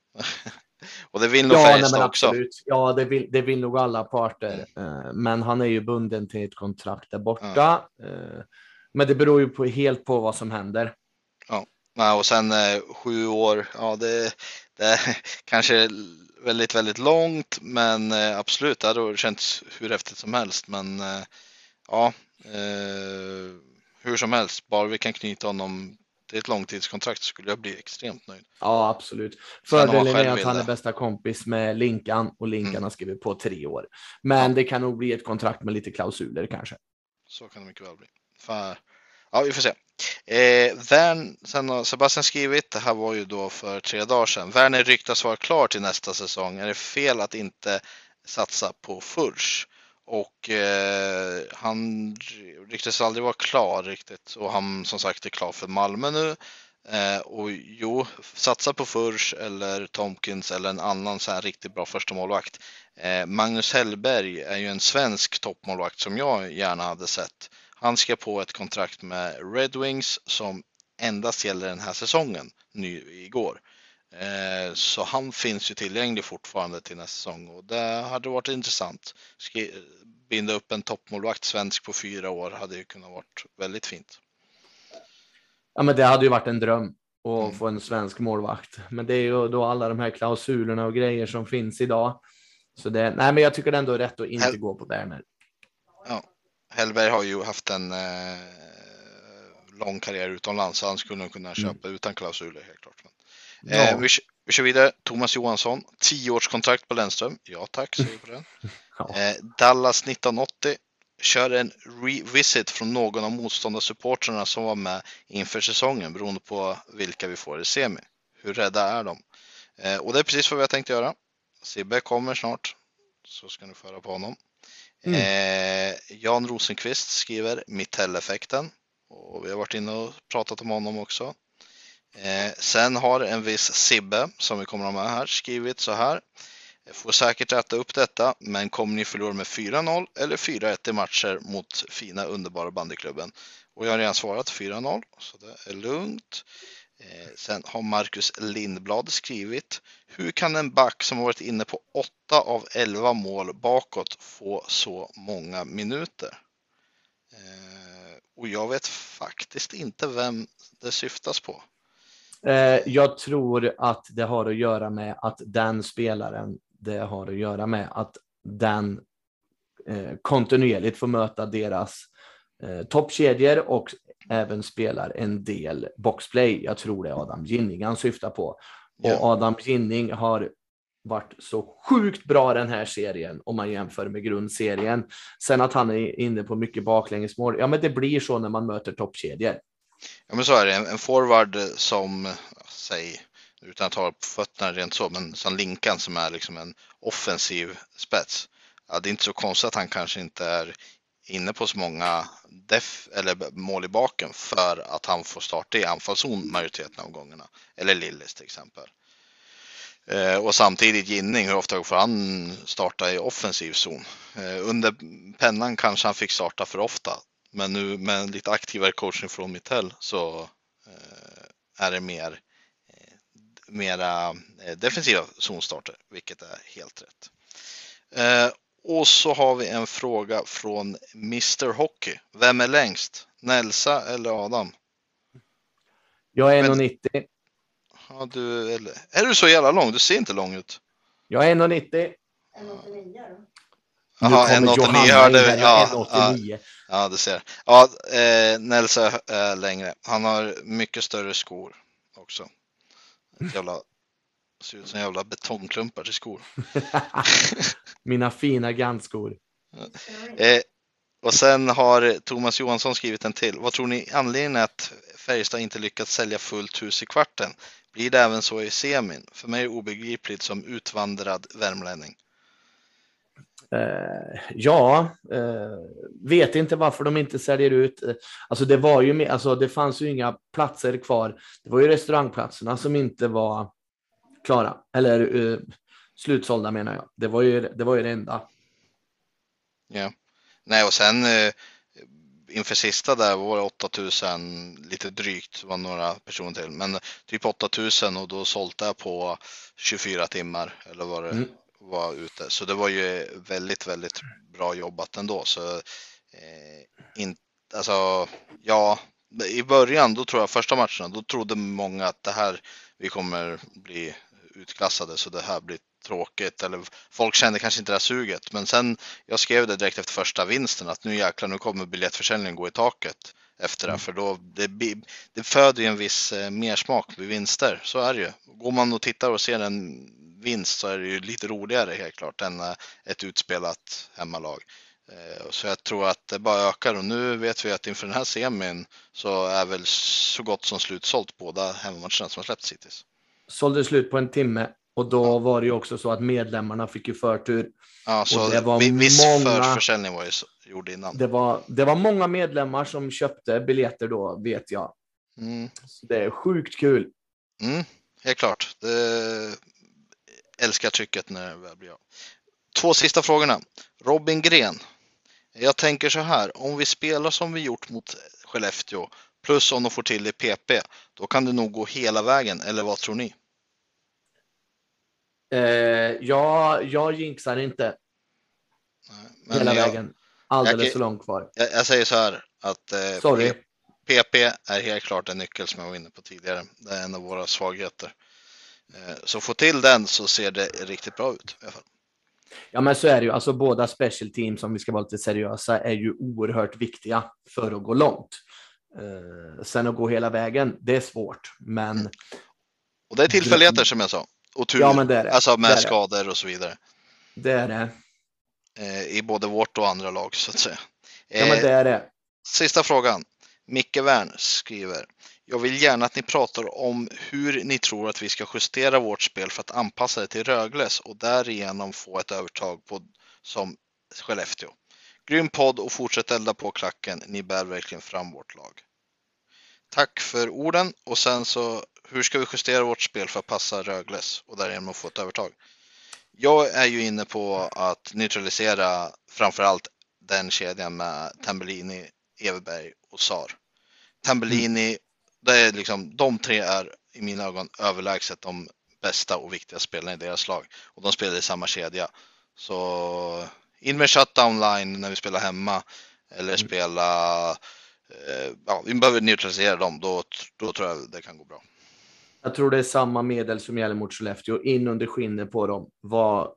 Och det vill nog ja, Färjestad nej, också. Absolut. Ja, det vill, det vill nog alla parter. Mm. Men han är ju bunden till ett kontrakt där borta. Mm. Men det beror ju på, helt på vad som händer. Ja, och sen eh, sju år, ja det, det är kanske väldigt, väldigt långt, men eh, absolut, det hade känts hur häftigt som helst. Men eh, ja, eh, hur som helst, bara vi kan knyta honom till ett långtidskontrakt skulle jag bli extremt nöjd. Ja, absolut. Sen om man Fördelen själv är att vill han är det. bästa kompis med Linkan och Linkan Mm. har skrivit på tre år. Men Ja. det kan nog bli ett kontrakt med lite klausuler kanske. Så kan det mycket väl bli. För, ja, vi får se. Eh, Vern, sen har Sebastian skrivit, det här var ju då för tre dagar sedan. Werner ryktas vara klar till nästa säsong. Är det fel att inte satsa på Furs? Och eh, han ryktas aldrig vara klar riktigt. Och han som sagt är klar för Malmö nu. Eh, och jo, satsa på Furs eller Tomkins eller en annan så här riktigt bra första målvakt. Eh, Magnus Hellberg är ju en svensk toppmålvakt som jag gärna hade sett. Han ska på ett kontrakt med Red Wings som endast gäller den här säsongen, ny igår. Eh, så han finns ju tillgänglig fortfarande till nästa säsong och det hade varit intressant. Skri- binda upp en toppmålvakt svensk på fyra år hade ju kunnat varit väldigt fint. Ja, men det hade ju varit en dröm att Mm. få en svensk målvakt. Men det är ju då alla de här klausulerna och grejer som finns idag. Så det, nej, men jag tycker det ändå är rätt att inte Hell- gå på Werner. Ja. Hellberg har ju haft en eh, lång karriär utomlands så han skulle nog kunna köpa mm. utan klausuler helt klart. Men, Ja. eh, vi, vi kör vidare. Thomas Johansson, tioårskontrakt på Lennström. Ja tack, säger på den. Ja. Eh, Dallas nitton åttio kör en revisit från någon av motståndarsupportrarna som var med inför säsongen beroende på vilka vi får i semi. Hur rädda är de? Eh, och det är precis vad vi har tänkt göra. Sibbe kommer snart så ska ni föra på honom. Mm. Eh, Jan Rosenqvist skriver Mittell-effekten och vi har varit inne och pratat om honom också. Eh, sen har en viss Sibbe som vi kommer att ha med här skrivit så här. Får säkert äta upp detta, men kommer ni förlora med fyra noll eller fyra ett i matcher mot fina underbara bandyklubben? Och jag har redan svarat fyra noll, så det är lugnt. Eh, sen har Marcus Lindblad skrivit. Hur kan en back som har varit inne på åtta av elva mål bakåt få så många minuter? Eh, och jag vet faktiskt inte vem det syftas på. Eh, jag tror att det har att göra med att den spelaren, det har att göra med att den eh, kontinuerligt får möta deras eh, toppkedjor och även spelar en del boxplay. Jag tror det är Adam Ginning han syftar på. Yeah. Och Adam Ginning har varit så sjukt bra den här serien om man jämför med grundserien. Sen att han är inne på mycket baklängesmål, ja men det blir så när man möter toppkedjor. Ja men så är det, en forward som, säg, utan att ta på fötterna rent så, men som Linkan som är liksom en offensiv spets. Ja, det är inte så konstigt att han kanske inte är inne på så många def eller mål i baken för att han får starta i anfallszon majoriteten av gångerna. Eller Lillis till exempel. Eh, och samtidigt Ginning, hur ofta får han starta i offensiv zon? Eh, under pennan kanske han fick starta för ofta. Men nu med lite aktivare coaching från Mittell så eh, är det mer eh, mera eh, defensiva zonstarter, vilket är helt rätt. Eh, och så har vi en fråga från mister Hockey. Vem är längst? Nelsa eller Adam? Jag är en nittio. Ja, du, eller, är du så jävla lång? Du ser inte lång ut. Jag är en nittio. en åttionio då? Jaha, en åttionio hörde vi. Ja, en åttionio. Ja, ja, du ser. Ja, eh, Nelsa är längre. Han har mycket större skor också. Ett jävla, ser ut som jävla betongklumpar till skor. Mina fina Gantskor. eh, och sen har Thomas Johansson skrivit en till. Vad tror ni anledningen är att Färjestad inte lyckats sälja fullt hus i kvarten? Blir det även så i semin? För mig är det obegripligt som utvandrad värmlänning. Uh, ja, uh, vet inte varför de inte säljer ut. Alltså det var ju med, alltså det fanns ju inga platser kvar. Det var ju restaurangplatserna som inte var klara eller uh, slutsålda menar jag. Det var ju det var ju det enda. Ja. Nej, och sen uh, inför sista där var det åtta tusen lite drygt var några personer till, men typ åtta tusen och då sålde jag på tjugofyra timmar eller vad det mm. var ute. Så det var ju väldigt, väldigt bra jobbat ändå. Så eh, in, alltså, ja, i början då tror jag första matcherna, då trodde många att det här, vi kommer bli utklassade så det här blir tråkigt. Eller folk kände kanske inte det här suget. Men sen, jag skrev det direkt efter första vinsten att nu jäklar, nu kommer biljettförsäljningen gå i taket efter det. Mm. För då, det, det föder ju en viss eh, mersmak vid vinster. Så är det ju. Går man och tittar och ser en vinst så är det ju lite roligare helt klart än eh, ett utspelat hemmalag. Så jag tror att det bara ökar och nu vet vi att inför den här semin så är väl så gott som slutsålt båda hemmamatcherna som har släppts hittills. Sålde slut på en timme och då ja. var det ju också så att medlemmarna fick ju förtur. Ja, så och det var viss många, förförsäljning var ju gjord innan. Det var, det var många medlemmar som köpte biljetter då, vet jag. Mm. Så det är sjukt kul. Mm, helt klart. Det älskar trycket när det väl blir av. Två sista frågorna. Robin Gren. Jag tänker så här, om vi spelar som vi gjort mot Skellefteå plus om de får till i P P, då kan det nog gå hela vägen, eller vad tror ni? Eh, ja, jag jinxar inte Nej, hela jag, vägen. Alldeles jag, för långt kvar. Jag, jag säger så här, att eh, Sorry. P P är helt klart en nyckel som jag var inne på tidigare. Det är en av våra svagheter. Eh, så få till den så ser det riktigt bra ut i alla fall. Ja, men så är det ju. Alltså båda special teams, om vi ska vara lite seriösa, är ju oerhört viktiga för att gå långt. Eh, sen att gå hela vägen, det är svårt. Men... Mm. Och det är tillfälligheter som jag sa. Och tur, ja, men det är det. alltså med det är skador det. och så vidare. Det är det. Eh, I både vårt och andra lag så att säga. Eh, ja, men det är det. Sista frågan. Micke Wern skriver. Jag vill gärna att ni pratar om hur ni tror att vi ska justera vårt spel för att anpassa det till Rögles och därigenom få ett övertag på som Skellefteå. Grym podd och fortsätt elda på klacken. Ni bär verkligen fram vårt lag. Tack för orden och sen så hur ska vi justera vårt spel för att passa Rögles och därigenom få ett övertag? Jag är ju inne på att neutralisera framförallt den kedjan med Tambellini, Everberg och Sar. Tambellini, mm. det är liksom, de tre är i mina ögon överlägset de bästa och viktiga spelarna i deras lag. Och de spelar i samma kedja. Så in med shutdown line när vi spelar hemma. Eller mm. spela, eh, ja, vi behöver neutralisera dem. Då, då tror jag det kan gå bra. Jag tror det är samma medel som gäller mot Skellefteå. In under skinnet på dem. Var,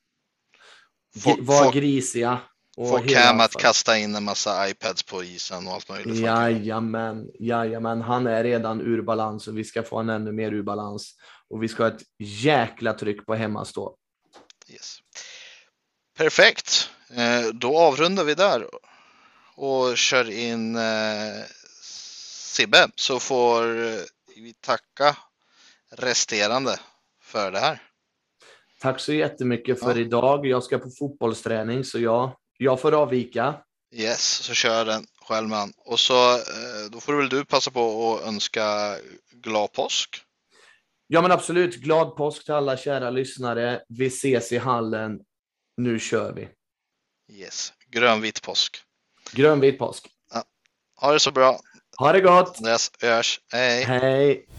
folk, var folk, grisiga. Få Cam att kasta in en massa iPads på isen och allt möjligt. Jajamän, jajamän. Han är redan ur balans och vi ska få en ännu mer ur balans. Och vi ska ha ett jäkla tryck på hemmastå. Yes. Perfekt. Då avrundar vi där och kör in eh, Sibbe, så får vi tacka resterande för det här. Tack så jättemycket för ja. idag. Jag ska på fotbollsträning så jag, jag får avvika. Yes, så kör den själv man. Och så då får väl du passa på att önska glad påsk. Ja men absolut, glad påsk till alla kära lyssnare. Vi ses i hallen. Nu kör vi. Yes, grönvit påsk. Grönvit påsk. Ja. Ha det så bra. Ha det gott. Andreas, hörs. Hej. Hej.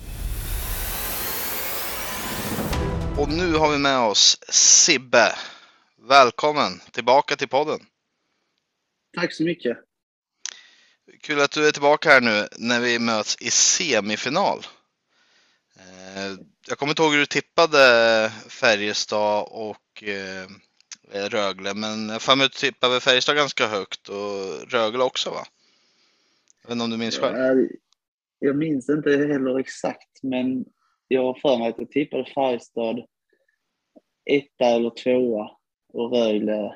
Och nu har vi med oss Sibbe. Välkommen tillbaka till podden. Tack så mycket. Kul att du är tillbaka här nu när vi möts i semifinal. Jag kommer inte ihåg hur du tippade Färjestad och Rögle, men jag får mig att du tippade Färjestad ganska högt och Rögle också, va? Jag vet inte om du minns själv. Jag, jag minns inte heller exakt, men jag har för mig att jag tippade Färjestad etta eller tvåa och Rögle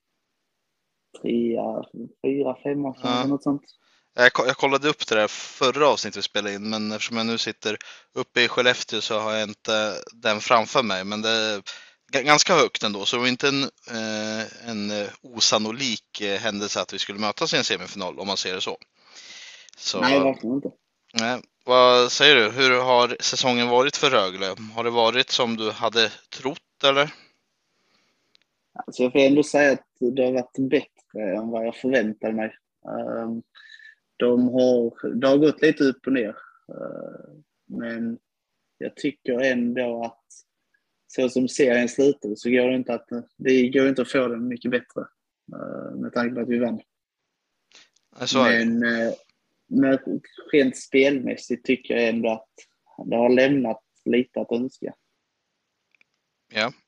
trea, fyra, femma, ja. Något sånt. Jag, jag kollade upp det där förra avsnittet vi spelade in, men eftersom jag nu sitter uppe i Skellefteå så har jag inte den framför mig, men det är ganska högt ändå, så det var inte en, eh, en osannolik händelse att vi skulle mötas i en semifinal, om man ser det så. så Nej, verkligen inte. Nej. Vad säger du? Hur har säsongen varit för Rögle? Har det varit som du hade trott, eller? Alltså jag får ändå säga att det har varit bättre än vad jag förväntade mig. De har, det har gått lite upp och ner. Men jag tycker ändå att så som serien slutar så går det inte att, det går inte att få den mycket bättre. Med tanke på att vi vann. Men, men rent spelmässigt tycker jag ändå att det har lämnat lite att önska. Ja.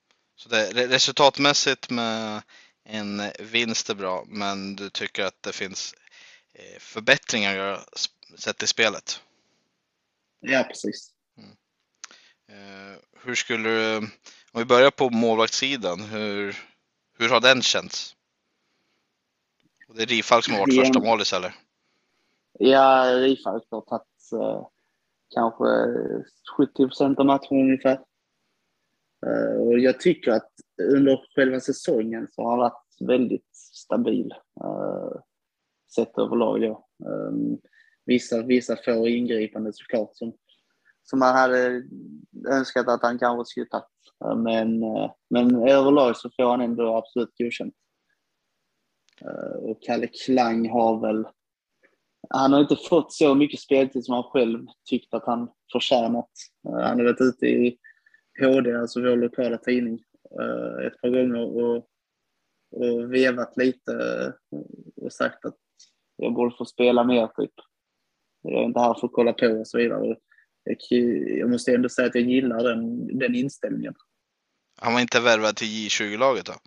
Så det, resultatmässigt med en vinst är bra, men du tycker att det finns förbättringar att göra sett i spelet? Ja, precis. Mm. Eh, hur skulle du, om vi börjar på målvaktssidan, hur, hur har den känts? Och det är Rifalk som har varit första målis, eller? Ja, Rifalk har tagit eh, kanske sjuttio procent av matchen ungefär. Uh, och jag tycker att under själva säsongen så har han varit väldigt stabil. Uh, sett överlag då. Um, vissa, vissa få ingripande såklart som, som man hade önskat att han kanske skulle tagit. Uh, men, uh, men överlag så får han ändå absolut godkänt. Uh, och Kalle Klang har väl han har inte fått så mycket speltid som han själv tyckt att han förtjänat. Uh, han har varit ute i H D, alltså vår lokala tidning, uh, ett par gånger och, och vevat lite och sagt att jag borde få spela mer typ. Jag är inte här för att kolla på och så vidare. Jag, jag måste ändå säga att jag gillar den, den inställningen. Han var inte värvad till J tjugo-laget då?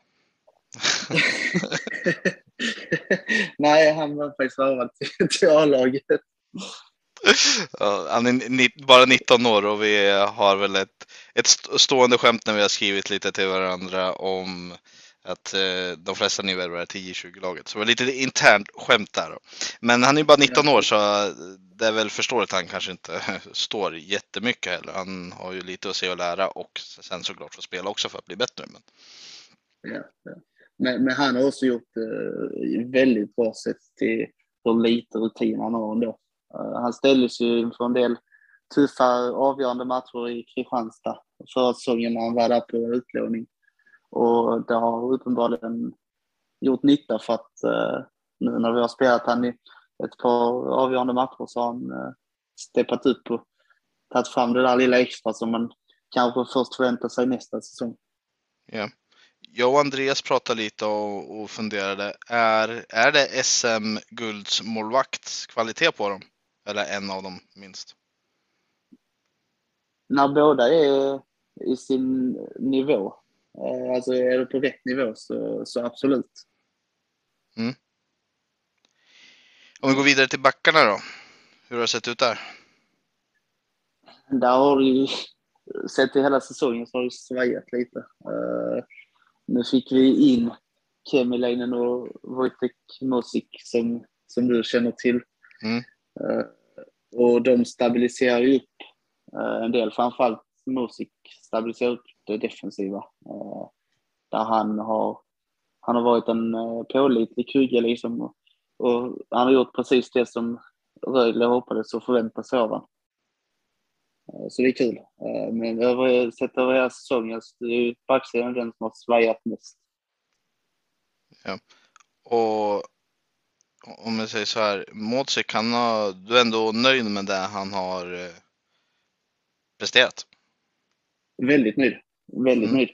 Nej, han var faktiskt värvad till, till A-laget. Ja, han är bara nitton år och vi har väl ett, ett stående skämt när vi har skrivit lite till varandra om att eh, de flesta nyvärvare till J tjugo-laget. Så det var lite internt skämt där då. Men han är ju bara nitton år så det är väl förståeligt att han kanske inte står jättemycket heller. Han har ju lite att se och lära och sen såklart få spela också för att bli bättre. Men, ja, ja. men, men han har också gjort eh, väldigt bra sätt till hur lite rutin han har ändå. Uh, han ställdes ju inför en del tuffa avgörande matcher i Kristianstad förra säsongen när han var där på utlåning. Och det har uppenbarligen gjort nytta för att uh, nu när vi har spelat han i ett par avgörande matcher så har han uh, steppat upp och tagit fram det där lilla extra som man kanske först förväntar sig nästa säsong. Ja. Jag och Andreas pratade lite och, och funderade, är, är det S M-guldsmålvakts kvalitet på dem? Eller en av dem minst? När båda är i sin nivå, alltså är det på rätt nivå så, så absolut. Mm. Om vi går vidare till backarna då. Hur har det sett ut där? Där har du ju sett i hela säsongen så har det svajat lite. Uh, nu fick vi in Kemiläinen och Wojtek Mosik som, som du känner till. Mm. Uh, och de stabiliserar ju upp uh, en del. Framförallt Mosik stabiliserar upp det defensiva. Uh, där han har, han har varit en uh, pålitlig kugge liksom. Och, och han har gjort precis det som Rögle hoppades och förväntade sig av honom. Så det är kul. Men över, sett över hela säsongen så är ju backsidan den som har svajat mest. Ja. Och om jag säger så här, Mosik, han har, du är ändå nöjd med det han har eh, presterat? Väldigt nöjd. Väldigt mm. nöjd.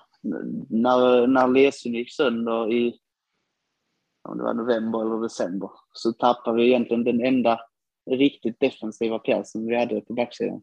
När, när Lesun gick sönder i om det var november eller december så tappade vi egentligen den enda riktigt defensiva pjäsen vi hade på backsidan.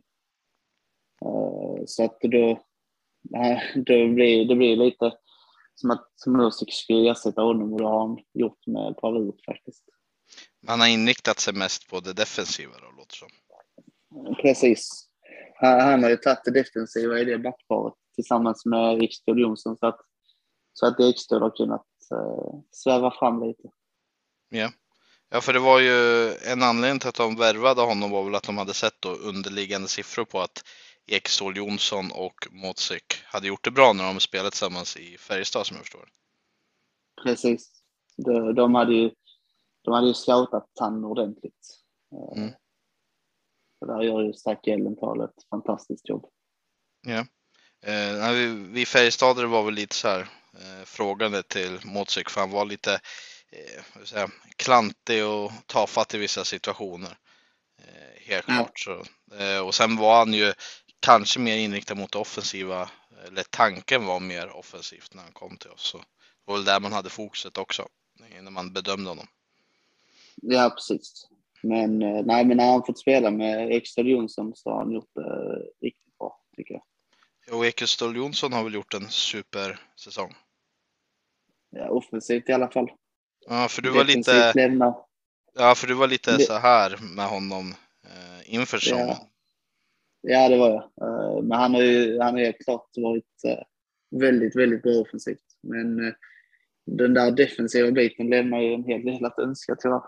Uh, så att då, uh, då blir, det blir lite som att Mosik skulle ersätta honom och det har han gjort med bravur faktiskt. Han har inriktat sig mest på det defensiva då, låter som. Precis. Han, han har ju tagit det defensiva i det backparet tillsammans med Ekstål Jonsson så att, så att Ekstål har kunnat uh, sväva fram lite. Ja. Ja, för det var ju en anledning till att de värvade honom var väl att de hade sett då underliggande siffror på att Ekstål Jonsson och Mosik hade gjort det bra när de spelat tillsammans i Färjestad som jag förstår. Precis. De, de hade ju de hade ju scoutat han ordentligt. Mm. Så där gör ju Stack Ellenthal ett fantastiskt jobb. Ja. Eh, vi, vi Färjestadare var väl lite så här eh, frågande till Mosik för han var lite eh, säga, klantig och tafatt i vissa situationer. Eh, helt ja. klart. Så, eh, och sen var han ju kanske mer inriktad mot offensiva, eller tanken var mer offensivt när han kom till oss. Så det var väl där man hade fokuset också när man bedömde honom. Ja, precis. Men, nej, men när han fått spela med Ekstål Jonsson så har han gjort det riktigt bra, tycker jag. Och Ekeståhl Jonsson har väl gjort en supersäsong. Ja, offensivt i alla fall. Ja, för du var Defensivt lite lämnar. Ja, för du var lite Det- så här med honom eh, inför säsongen. Ja, ja, det var jag. Eh, Men han har ju han har helt klart varit eh, väldigt, väldigt bra offensivt. Men eh, den där defensiva biten lämnar ju en hel del att önska, tyvärr.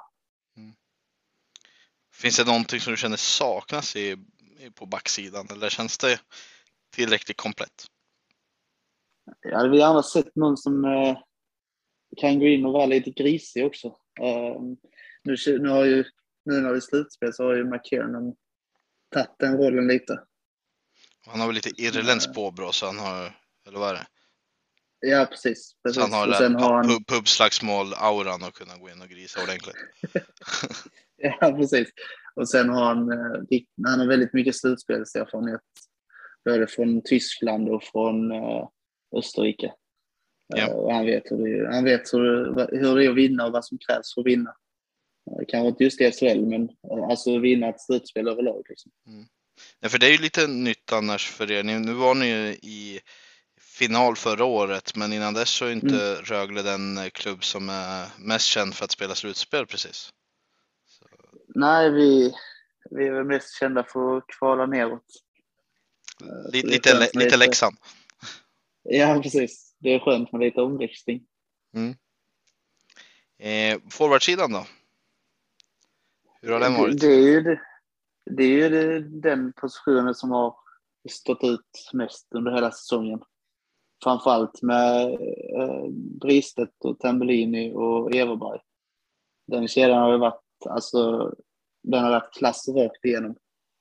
Finns det någonting som du känner saknas i, i på backsidan, eller känns det tillräckligt komplett? Jag hade gärna sett någon som eh, kan gå in och vara lite grisig också. Eh, nu, nu, har ju, nu när det är slutspel så har ju McKiernan tagit den rollen lite. Han har väl lite irländskt påbrå, så han har, eller vad är det? Ja, precis. precis. Så han har och sen den har han... pub, pubslagsmål-auran och kunna gå in och grisa ordentligt. Ja, precis. Och sen har han, eh, han har väldigt mycket slutspelserfarenhet. Både från Tyskland och från eh, Österrike. Ja. Eh, och han vet, hur det, han vet hur, hur det är att vinna och vad som krävs för att vinna. Eh, kanske inte just i S H L, men eh, alltså vinna ett slutspel överlag. Liksom. Mm. Ja, för det är ju lite nytt annars för er. Nu var ni ju i final förra året, men innan dess så är inte mm. Rögle den klubb som är mest känd för att spela slutspel precis. Så. Nej, vi, vi är väl mest kända för att kvala neråt. Lite, lite, lite, lite Leksand. Ja, precis. Det är skönt med lite omväxling. Mm. Eh, forwardsidan då? Hur har den varit? Det, det är ju, det, det är ju det, den positionen som har stått ut mest under hela säsongen. Framförallt med eh, Bristet och Tambellini och Everberg. Den kedjan har ju varit, alltså, den har varit klass rakt igenom.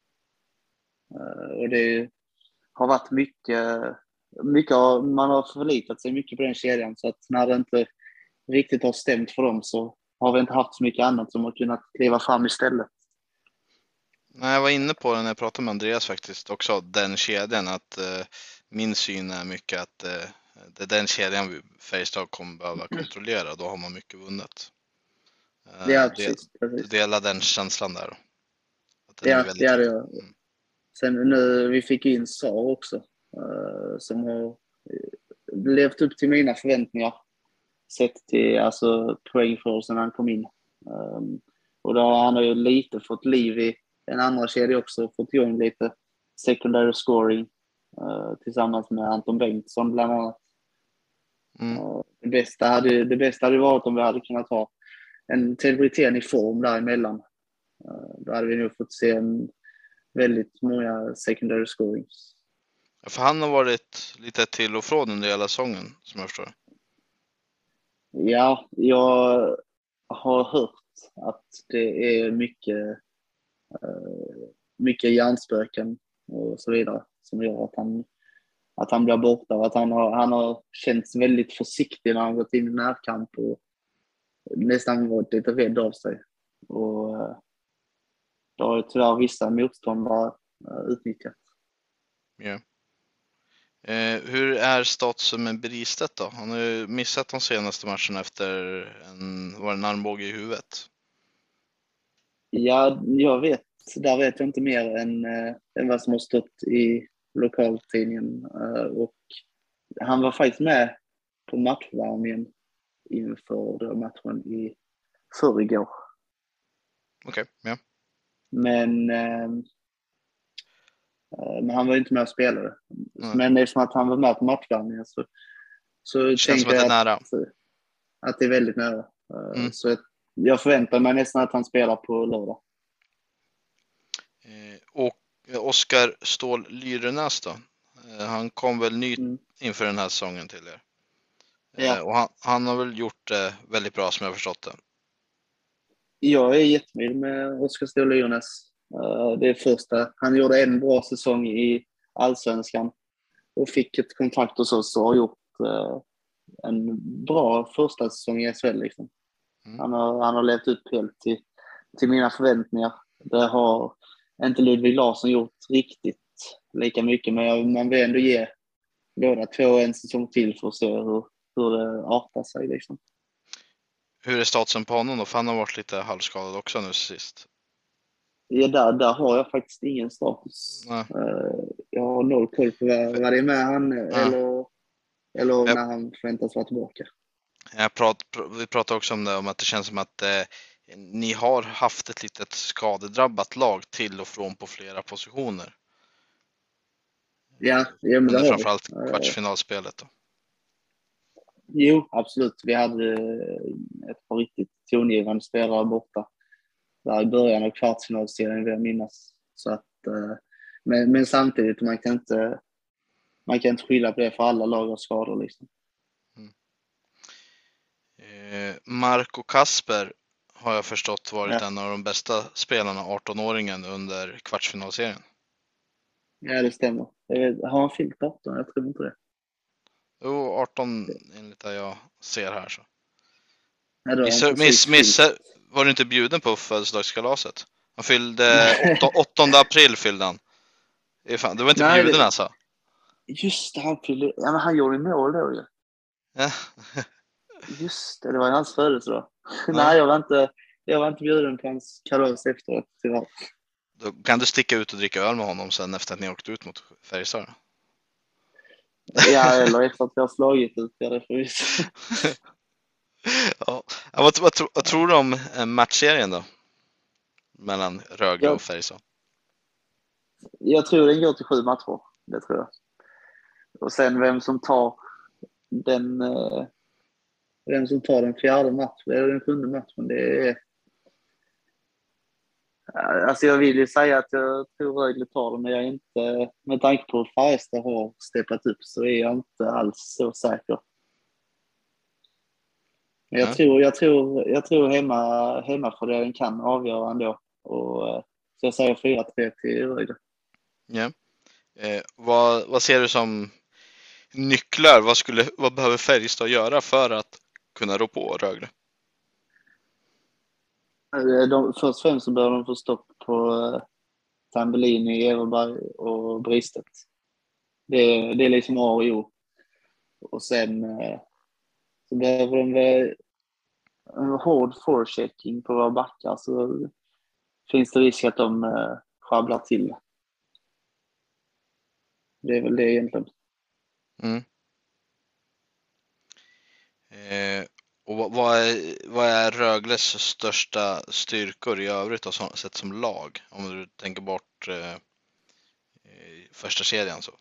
Eh, och det har varit mycket, mycket, man har förlitat sig mycket på den kedjan, så att när det inte riktigt har stämt för dem så har vi inte haft så mycket annat som har kunnat kliva fram istället. Nej, jag var inne på det när jag pratade med Andreas faktiskt också, den kedjan, att eh, min syn är mycket att eh, det är den kedjan Färjestad kommer behöva kontrollera, då har man mycket vunnet. Eh, ja, precis. precis. Dela den känslan där. Att den ja, är väldigt ja, det gör jag. Mm. Sen nu, vi fick in Sar också, eh, som har levt upp till mina förväntningar. Sett till alltså, poäng för oss när han kom in. Um, och då har han ju lite fått liv i en andra kedja också, fått igång lite secondary scoring uh, tillsammans med Anton Bengtsson bland annat. Mm. Uh, det, bästa hade, det bästa hade varit om vi hade kunnat ha en Ted Brithén i form däremellan. Uh, då hade vi nog fått se en väldigt många secondary scorings. För han har varit lite till och från under hela säsongen, som jag förstår. Ja, jag har hört att det är mycket, mycket hjärnspöken och så vidare som gör att han, att han blir borta. Och att han har, han har känts väldigt försiktig när han gått in i närkamp och nästan varit lite rädd av sig. Och det har tyvärr vissa motståndare utnyttjat. Ja. Eh, hur är statusen med Bristet då? Han har ju missat de senaste matcherna efter en, var en armbåge i huvudet. Ja, jag vet. Där vet jag inte mer än, äh, än vad som har stått i lokaltidningen. Äh, och han var faktiskt med på matchvärmningen inför matchen i förrgår. Okej, okay, ja. Men, äh, men han var ju inte med och spelade. Mm. Men eftersom att han var med på matchvärmningen så, så tänker jag att, att, att det är väldigt nära. Mm. Så jag förväntar mig nästan att han spelar på lördag. Eh, och Oskar Ståhl Lyrenäs då? Eh, han kom väl ny mm. inför den här säsongen till er. Eh, ja. Och han, han har väl gjort det eh, väldigt bra som jag har förstått det. Jag är jättenöjd med Oskar Ståhl Lyrenäs. Uh, det är första. Han gjorde en bra säsong i Allsvenskan och fick ett kontrakt hos oss och har gjort uh, en bra första säsong i S H L. Liksom. Mm. Han, har, han har levt upp helt till, till mina förväntningar. Det har inte Ludvig Larsson gjort riktigt lika mycket, men man vill ändå ge båda två en säsong till för att se hur, hur det artar sig. Liksom. Hur är statusen på honom då? För han har varit lite halvskadad också nu sist. Ja, där, där har jag faktiskt ingen status. Uh, jag har noll koll på vad, vad det är med han Ja. eller, eller Jag- när han förväntas vara tillbaka. Jag prat, pr- vi pratade också om det, om att det känns som att eh, ni har haft ett litet skadedrabbat lag till och från på flera positioner. Ja, ja men det Under har framförallt vi. Eh, kvartsfinalspelet då. Jo, absolut. Vi hade eh, ett par riktigt tongivande spelare borta där i början av kvartsfinalserien, vill jag minnas. Så att, eh, men, men samtidigt, man kan inte man kan inte skylla på det för alla lag har skador liksom. Eh, Marco Kasper har jag förstått varit Ja. en av de bästa spelarna, arton-åringen, under kvartsfinalserien. Ja, det stämmer. Jag vet, har han fyllt arton? Jag tror inte det. Jo, arton enligt det jag ser här. Så. Ja, då har han Missa, precis miss, missa, fyllt. var du inte bjuden på födelsedagskalaset? Han fyllde åtta, åttonde april fyllde han. Det, är fan, det var inte Nej, bjuden det- alltså. Just det, han fyllde... Ja, men han gjorde mål då ju. Ja. Just det, det var ju hans födelsedag. Nej, jag var inte, jag var inte bjuden på hans kalas efteråt, tyvärr. Då kan du sticka ut och dricka öl med honom sen efter att ni åkt ut mot Färjestad. Ja, eller efter att jag har slagit ut, ja, det får vi se. Ja. Ja, vad, vad, tro- vad tror du om eh, matchserien då? Mellan Rögle Ja. och Färjestad? Jag tror den går till sju matcher, det tror jag. Och sen vem som tar den, eh, vem som tar den fjärde matchen, eller den sjunde matchen, det är... Alltså jag vill ju säga att jag tror Rögle tar den, men jag är inte, med tanke på att Färjestad har steppat upp, så är jag inte alls så säker. Men jag Nej. tror, jag tror, jag tror hemma, hemmafördelen kan avgöra ändå. Och, eh, så jag säger fyra tre till Rögle. Ja. Eh, vad, vad ser du som nycklar? Vad, skulle, vad behöver Färjestad göra för att kunna rå på Rögle? Eh, De, först och främst så behöver de få stopp på uh, Tambellini, Everberg och Bristet. Det, det är liksom A och O. Och sen uh, så behöver de väl en hård forechecking på våra backar, så finns det risk att de uh, sjabblar till. Det är väl det egentligen. Mm. Eh, och vad, vad, är, vad är Rögles största styrkor i övrigt, och så, sett som lag? Om du tänker bort eh, första kedjan så.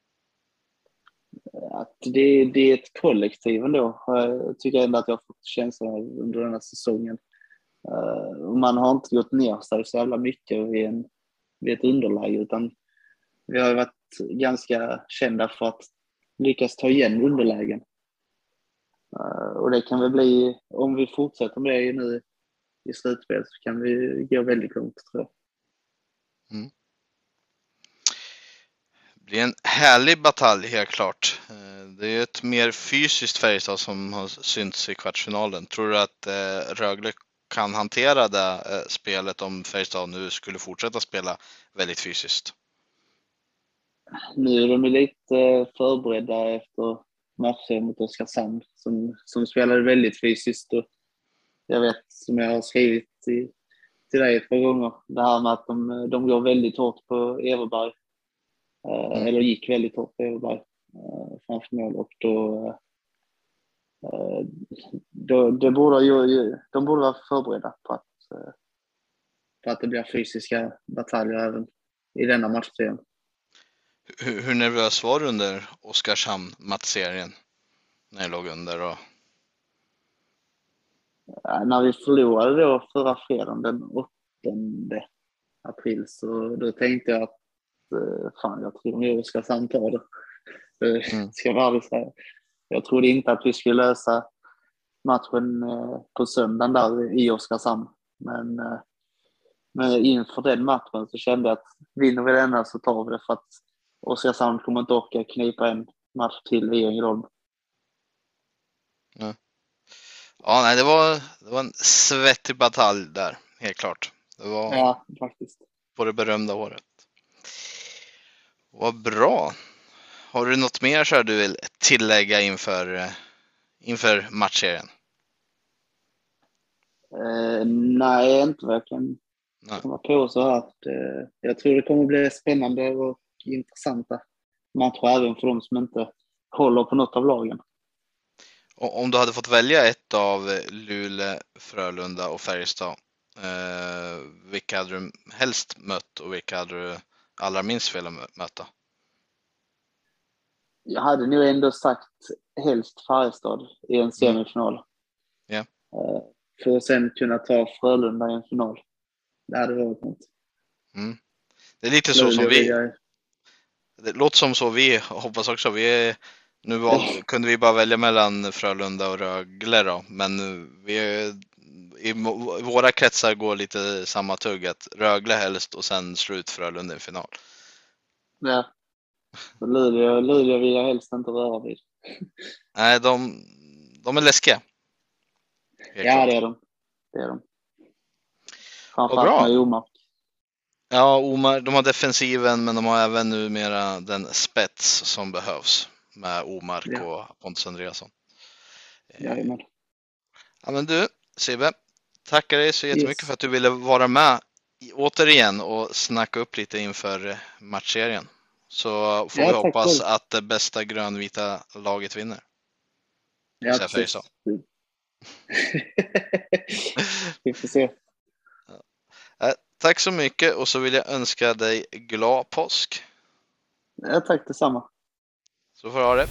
Att det, det är ett kollektiv ändå. Jag tycker ändå att jag har fått känslan av under den här säsongen. Uh, man har inte gått ner sig så jävla mycket vid, en, vid ett underläge, utan vi har varit ganska kända för att lyckas ta igen underlägen. Uh, och det kan väl bli, om vi fortsätter med det nu i slutspel, så kan vi gå väldigt långt, tror jag. Mm. Det blir en härlig batalj, helt klart. Det är ett mer fysiskt Färjestad som har synts i kvartsfinalen. Tror du att eh, Rögle kan hantera det eh, spelet om Färjestad nu skulle fortsätta spela väldigt fysiskt? Nu är de lite förberedda efter matchen mot Oskarshamn som, som spelade väldigt fysiskt. Och jag vet, som jag har skrivit till, till dig ett par gånger, det här med att de, de går väldigt hårt på Everberg. Mm. Eller gick väldigt hårt på Everberg eh, framför mål. Och då, eh, då det borde ju, de borde vara förberedda på att, eh, på att det blir fysiska bataljer även i denna matchserien. Hur, hur nervös var du under Oskarshamn-matchserien när jag låg under? Och... Ja, när vi förlorade då förra fredagen den åttonde april, så då tänkte jag att fan, jag tror nog jag ska samtala det. Mm. Ska jag ärligt säga. Jag trodde inte att vi skulle lösa matchen på söndagen där i Oskarshamn. Men, men inför den matchen så kände jag att vinner vi denna så tar vi det, för att Oskarshamn kommer inte orka knipa en match till i Ängelholm. Ja. Ja, nej, det var, det var en svettig batalj där, helt klart. Det var ja, faktiskt. På det berömda året. Vad bra. Har du något mer så du vill tillägga inför, inför matchserien? Eh, nej, inte vad jag kan komma på så här. Att, eh, jag tror det kommer bli spännande och intressanta matcher även för de som inte håller på något av lagen. Och om du hade fått välja ett av Luleå, Frölunda och Färjestad, eh, vilka hade du helst mött och vilka hade du allra minst velat möta? Jag hade nog ändå sagt helst Färjestad i en semifinal. Mm. Yeah. För att sen kunna ta Frölunda i en final. Det hade varit något. Mm. Det är lite så som vi... Det låter som så vi hoppas också. Vi är, nu val, kunde vi bara välja mellan Frölunda och Rögle då. Men vi är, i våra kretsar går lite samma tugg. Att Rögle helst och sen slut Frölunda i final. Ja. Luleå, Luleå vill jag helst inte röra vid. Nej, de, de är läskiga. Helt ja, klart. det är de. Det är de. Framförallt med Omar. Ja, Omar, de har defensiven men de har även numera den spets som behövs med Omar ja. och Pontus Andreasson. Jajamän. Ja, men du, Sibbe, tackar dig så jättemycket yes. för att du ville vara med återigen och snacka upp lite inför matchserien. Så får ja, vi hoppas cool. att det bästa grönvita laget vinner. Ja, precis. Vi får se. Ja. Tack så mycket och så vill jag önska dig glad påsk. Ja, tack detsamma. Så får du ha det.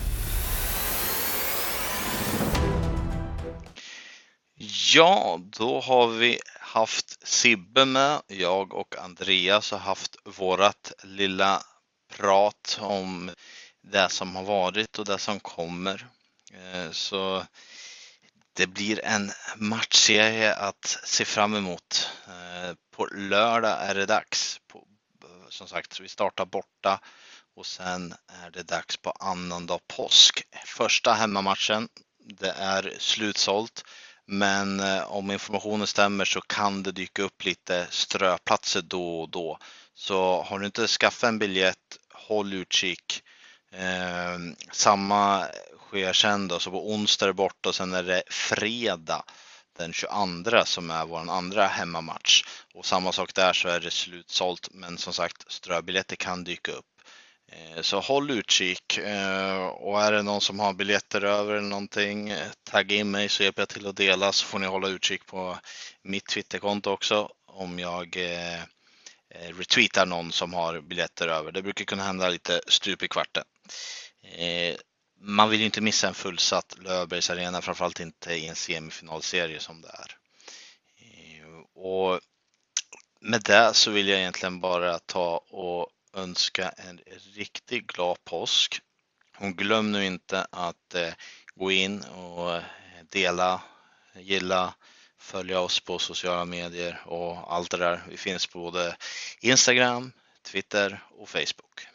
Ja, då har vi haft Sibbe med. Jag och Andreas har haft vårat lilla prat om det som har varit och det som kommer. Så det blir en matchserie att se fram emot. På lördag är det dags. På, som sagt, vi startar borta och sen är det dags på annandag påsk. Första hemmamatchen, det är slutsålt. Men om informationen stämmer så kan det dyka upp lite ströplatser då och då. Så har du inte skaffat en biljett, håll utkik. Eh, samma sker sen då, så på onsdag är det borta och sen är det fredag den tjugoandra som är vår andra hemmamatch. Och samma sak där, så är det slutsålt, men som sagt ströbiljetter kan dyka upp. Eh, så håll utkik, eh, och är det någon som har biljetter över eller någonting, tagga in mig så hjälper jag till att dela, så får ni hålla utkik på mitt Twitterkonto också om jag eh, retweetar någon som har biljetter över. Det brukar kunna hända lite stup i kvarten. Eh, man vill ju inte missa en fullsatt Löfbergs Arena, framförallt inte i en semifinalserie som det är. Eh, och med det så vill jag egentligen bara ta och önska en riktigt glad påsk. Och glöm nu inte att eh, gå in och dela, gilla, följa oss på sociala medier och allt det där. Vi finns på både Instagram, Twitter och Facebook.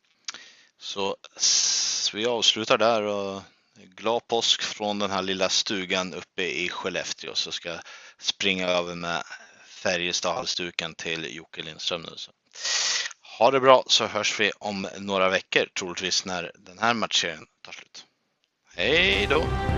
Så vi avslutar där och glad påsk från den här lilla stugan uppe i Skellefteå, så ska jag springa över med Färjestad-halsduken till Jocke Lindström nu. Så ha det bra, så hörs vi om några veckor, troligtvis när den här matchen tar slut. Hej då!